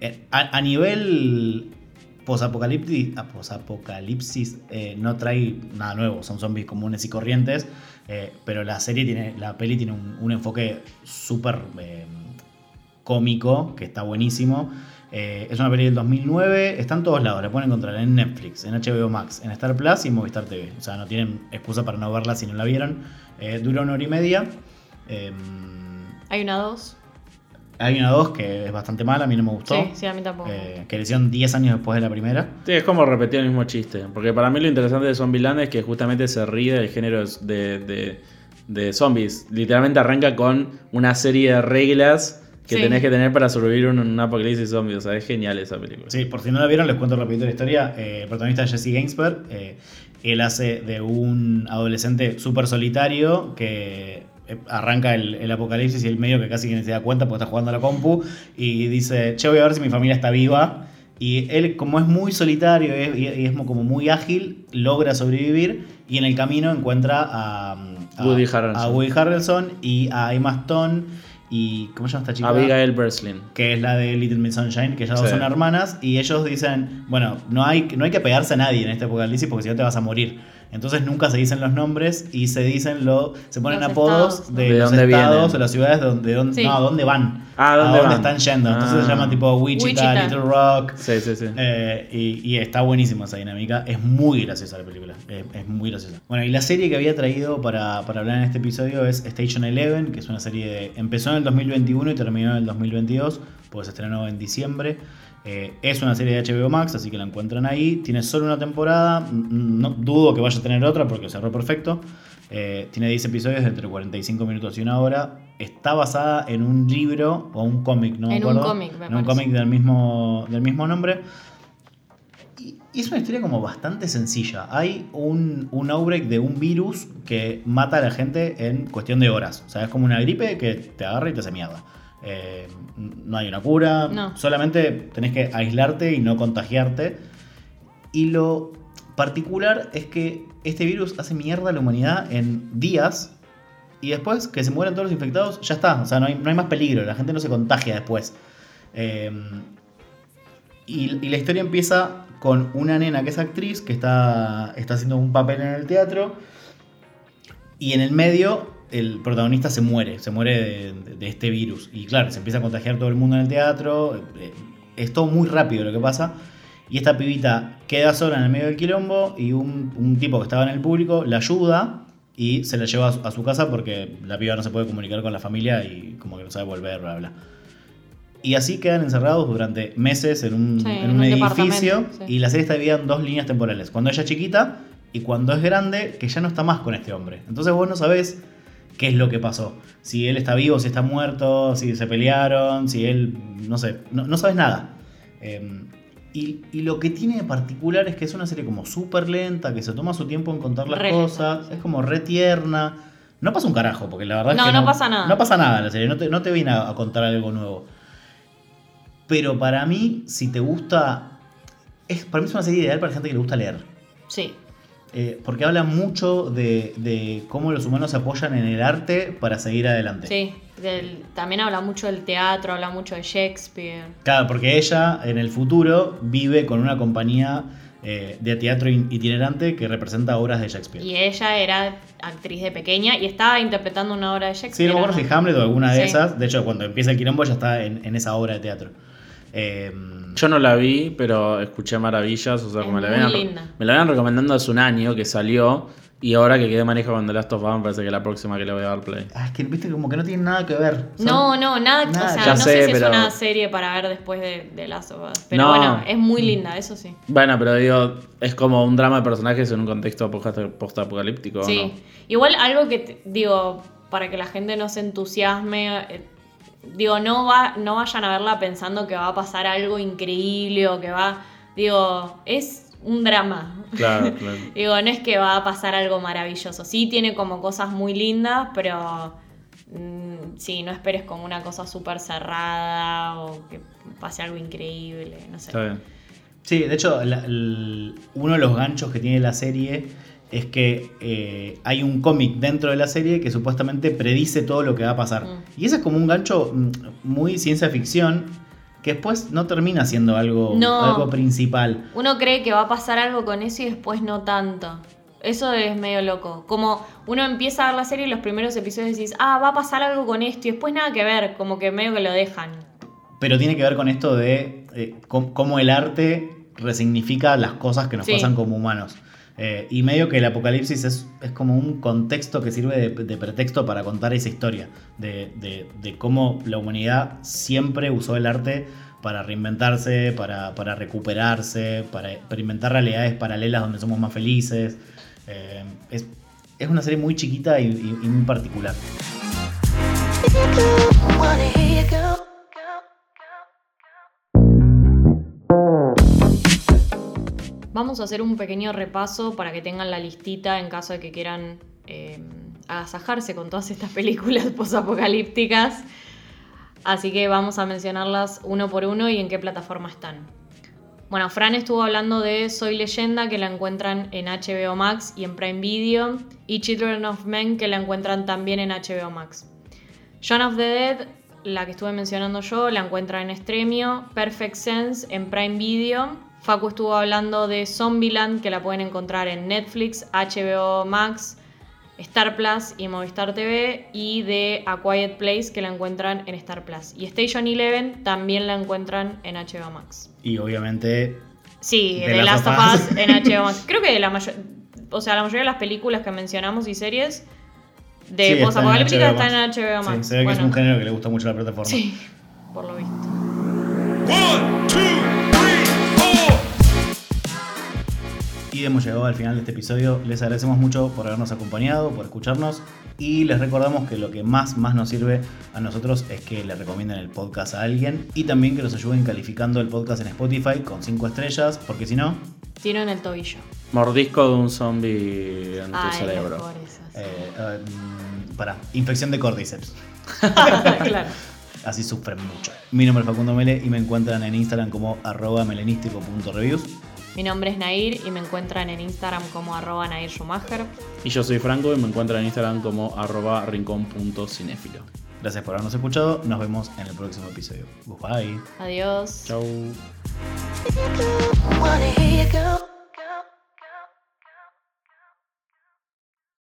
a, a nivel posapocalipsis, a posapocalipsis eh, no trae nada nuevo, son zombies comunes y corrientes, eh, pero la serie tiene, la peli tiene un, un enfoque súper eh, cómico, que está buenísimo. Eh, es una peli del dos mil nueve, está en todos lados, la pueden encontrar en Netflix, en H B O Max, en Star Plus y en Movistar T V. O sea, no tienen excusa para no verla si no la vieron. Eh, dura una hora y media. Eh, Hay una dos. hay una dos que es bastante mala, a mí no me gustó. Sí, sí, a mí tampoco. Eh, que le hicieron diez años después de la primera. Sí, es como repetir el mismo chiste. Porque para mí lo interesante de Zombieland es que justamente se ríe del género de, de, de zombies. Literalmente arranca con una serie de reglas que Sí. tenés que tener para sobrevivir en un apocalipsis zombie. O sea, es genial esa película. Sí, por si no la vieron, les cuento rapidito la historia. Eh, el protagonista es Jesse Gainsberg. Eh, él hace de un adolescente súper solitario que arranca el, el apocalipsis y el medio que casi que ni se da cuenta porque está jugando a la compu y dice, che, voy a ver si mi familia está viva. Y él, como es muy solitario y es, y es como muy ágil, logra sobrevivir y en el camino encuentra a, a Woody Harrelson. a Woody Harrelson y a Emma Stone y... ¿Cómo se llama esta chica? Abigail Breslin. Que es la de Little Miss Sunshine, que ellas dos Sí. son hermanas, y ellos dicen, bueno, no hay, no hay que pegarse a nadie en este apocalipsis porque si no te vas a morir. Entonces nunca se dicen los nombres y se dicen lo, se ponen Los apodos estados, ¿no? de, ¿De los dónde estados vienen? o las ciudades donde, donde Sí. no, a dónde van, Ah, ¿a dónde a dónde van? están yendo. Entonces Ah. se llama tipo Wichita, Wichita. Little Rock. Sí, sí, sí. Eh, y, y está buenísima esa dinámica. Es muy graciosa la película. Es, es muy graciosa. Bueno, y la serie que había traído para, para hablar en este episodio es Station Eleven, que es una serie de. Empezó en el dos mil veintiuno y terminó en el dos mil veintidós, porque se estrenó en diciembre. Eh, es una serie de H B O Max, así que la encuentran ahí. Tiene solo una temporada. No dudo que vaya a tener otra porque cerró perfecto. Eh, tiene diez episodios de entre cuarenta y cinco minutos y una hora. Está basada en un libro o un cómic, no me En un acuerdo. cómic, me En un parece. cómic del mismo, del mismo nombre. Y, y es una historia como bastante sencilla. Hay un, un outbreak de un virus que mata a la gente en cuestión de horas. O sea, es como una gripe que te agarra y te hace mierda. Eh, no hay una cura, No. solamente tenés que aislarte y no contagiarte. Y lo particular es que este virus hace mierda a la humanidad en días y después que se mueren todos los infectados, ya está. O sea, no hay, no hay más peligro, la gente no se contagia después. Eh, y, y la historia empieza con una nena que es actriz, que está, está haciendo un papel en el teatro, y en el medio el protagonista se muere, se muere de, de este virus. Y claro, se empieza a contagiar todo el mundo en el teatro, es todo muy rápido lo que pasa. Y esta pibita queda sola en el medio del quilombo y un, un tipo que estaba en el público la ayuda y se la lleva a su, a su casa porque la piba no se puede comunicar con la familia y como que no sabe volver, bla, bla. Y así quedan encerrados durante meses en un, sí, en en un un edificio. sí. Y la serie está dividida en dos líneas temporales. Cuando ella es chiquita y cuando es grande, que ya no está más con este hombre. Entonces vos no sabés qué es lo que pasó. Si él está vivo, si está muerto, si se pelearon, si él... No sé, no, no sabes nada. Eh, y, y lo que tiene de particular es que es una serie como súper lenta, que se toma su tiempo en contar las Re cosas. lenta, sí. Es como re tierna. No pasa un carajo, porque la verdad No, es que no no, pasa nada. No pasa nada en la serie, no te, no te viene a, a contar algo nuevo. Pero para mí, si te gusta... Es, para mí es una serie ideal para gente que le gusta leer. Sí. Eh, porque habla mucho de, de cómo los humanos se apoyan en el arte para seguir adelante. Sí, del, también habla mucho del teatro, habla mucho de Shakespeare. Claro, porque ella en el futuro vive con una compañía eh, de teatro itinerante que representa obras de Shakespeare. Y ella era actriz de pequeña y estaba interpretando una obra de Sí, Shakespeare. no me acuerdo ¿no? si Hamlet o alguna de Sí. esas. De hecho, cuando empieza el quilombo ya está en, en esa obra de teatro. Eh, Yo no la vi, pero escuché maravillas. O sea, Es como la muy habían, linda. me la habían recomendando hace un año que salió. Y ahora que quedé manija con The Last of Us, me parece que es la próxima que le voy a dar play. ah, es que viste como que no tiene nada que ver. Son- No, no, nada, Nada, o sea, ya no sé, sé si pero- es una serie para ver después de, de Last of Us. Pero No. bueno, es muy linda, eso sí. Bueno, pero digo, es como un drama de personajes en un contexto post- post-apocalíptico. Sí. ¿O no? Igual algo que, te- digo, para que la gente no se entusiasme, eh, digo, no, va, no vayan a verla pensando que va a pasar algo increíble o que va, digo, es un drama. Claro, claro. Digo, no es que va a pasar algo maravilloso. Sí tiene como cosas muy lindas, pero mm, sí, no esperes como una cosa súper cerrada o que pase algo increíble, no sé. Está bien. Sí, de hecho, la- el- uno de los ganchos que tiene la serie es que eh, hay un cómic dentro de la serie que supuestamente predice todo lo que va a pasar. Mm. Y ese es como un gancho mm, muy ciencia ficción que después no termina siendo algo, No. algo principal. Uno cree que va a pasar algo con eso y después no tanto. Eso es medio loco. Como uno empieza a ver la serie y los primeros episodios decís, ah, va a pasar algo con esto y después nada que ver, como que medio que lo dejan. Pero tiene que ver con esto de eh, com- cómo el arte resignifica las cosas que nos Sí. pasan como humanos. Eh, y medio que el apocalipsis es, es como un contexto que sirve de, de pretexto para contar esa historia. De, de- de cómo la humanidad siempre usó el arte para reinventarse, para, para recuperarse, para, para inventar realidades paralelas donde somos más felices. Eh, es, es una serie muy chiquita y, y- y muy particular. Wanna hear you go. Vamos a hacer un pequeño repaso para que tengan la listita en caso de que quieran eh, agasajarse con todas estas películas posapocalípticas. Así que vamos a mencionarlas uno por uno y en qué plataforma están. Bueno, Fran estuvo hablando de Soy Leyenda, que la encuentran en H B O Max y en Prime Video, y Children of Men, que la encuentran también en H B O Max. Shaun of the Dead, la que estuve mencionando yo, la encuentran en Stremio, Perfect Sense en Prime Video. Facu estuvo hablando de Zombieland, que la pueden encontrar en Netflix, H B O Max, Star Plus y Movistar T V, y de A Quiet Place, que la encuentran en Star Plus. Y Station Eleven también la encuentran en H B O Max. Y obviamente Sí, The de Last Last of of Us. Us en H B O Max. Creo que la mayor, o sea, la mayoría de las películas que mencionamos y series Sí, de está posapocalípticas en H B O están en Max. H B O Max. Sí, se ve que es Bueno, un género que le gusta mucho a la plataforma. sí, por lo visto. One, two, three, four. Y hemos llegado al final de este episodio. Les agradecemos mucho por habernos acompañado, por escucharnos. Y les recordamos que lo que más, más nos sirve a nosotros es que le recomienden el podcast a alguien. Y también que nos ayuden calificando el podcast en Spotify con cinco estrellas. Porque si no, Tiro en el tobillo. Mordisco de un zombie en tu Ay, cerebro. mejor esas. eh, eh, mm, pará, infección de córdiceps. Claro. Así sufren mucho. Mi nombre es Facundo Mele y me encuentran en Instagram como arroba melenístico punto reviews. Mi nombre es Nair y me encuentran en Instagram como arroba Nair Schumacher. Y yo soy Franco y me encuentran en Instagram como arroba rincón.cinéfilo. Gracias por habernos escuchado. Nos vemos en el próximo episodio. Goodbye. Adiós. Chau. Wanna hear you go.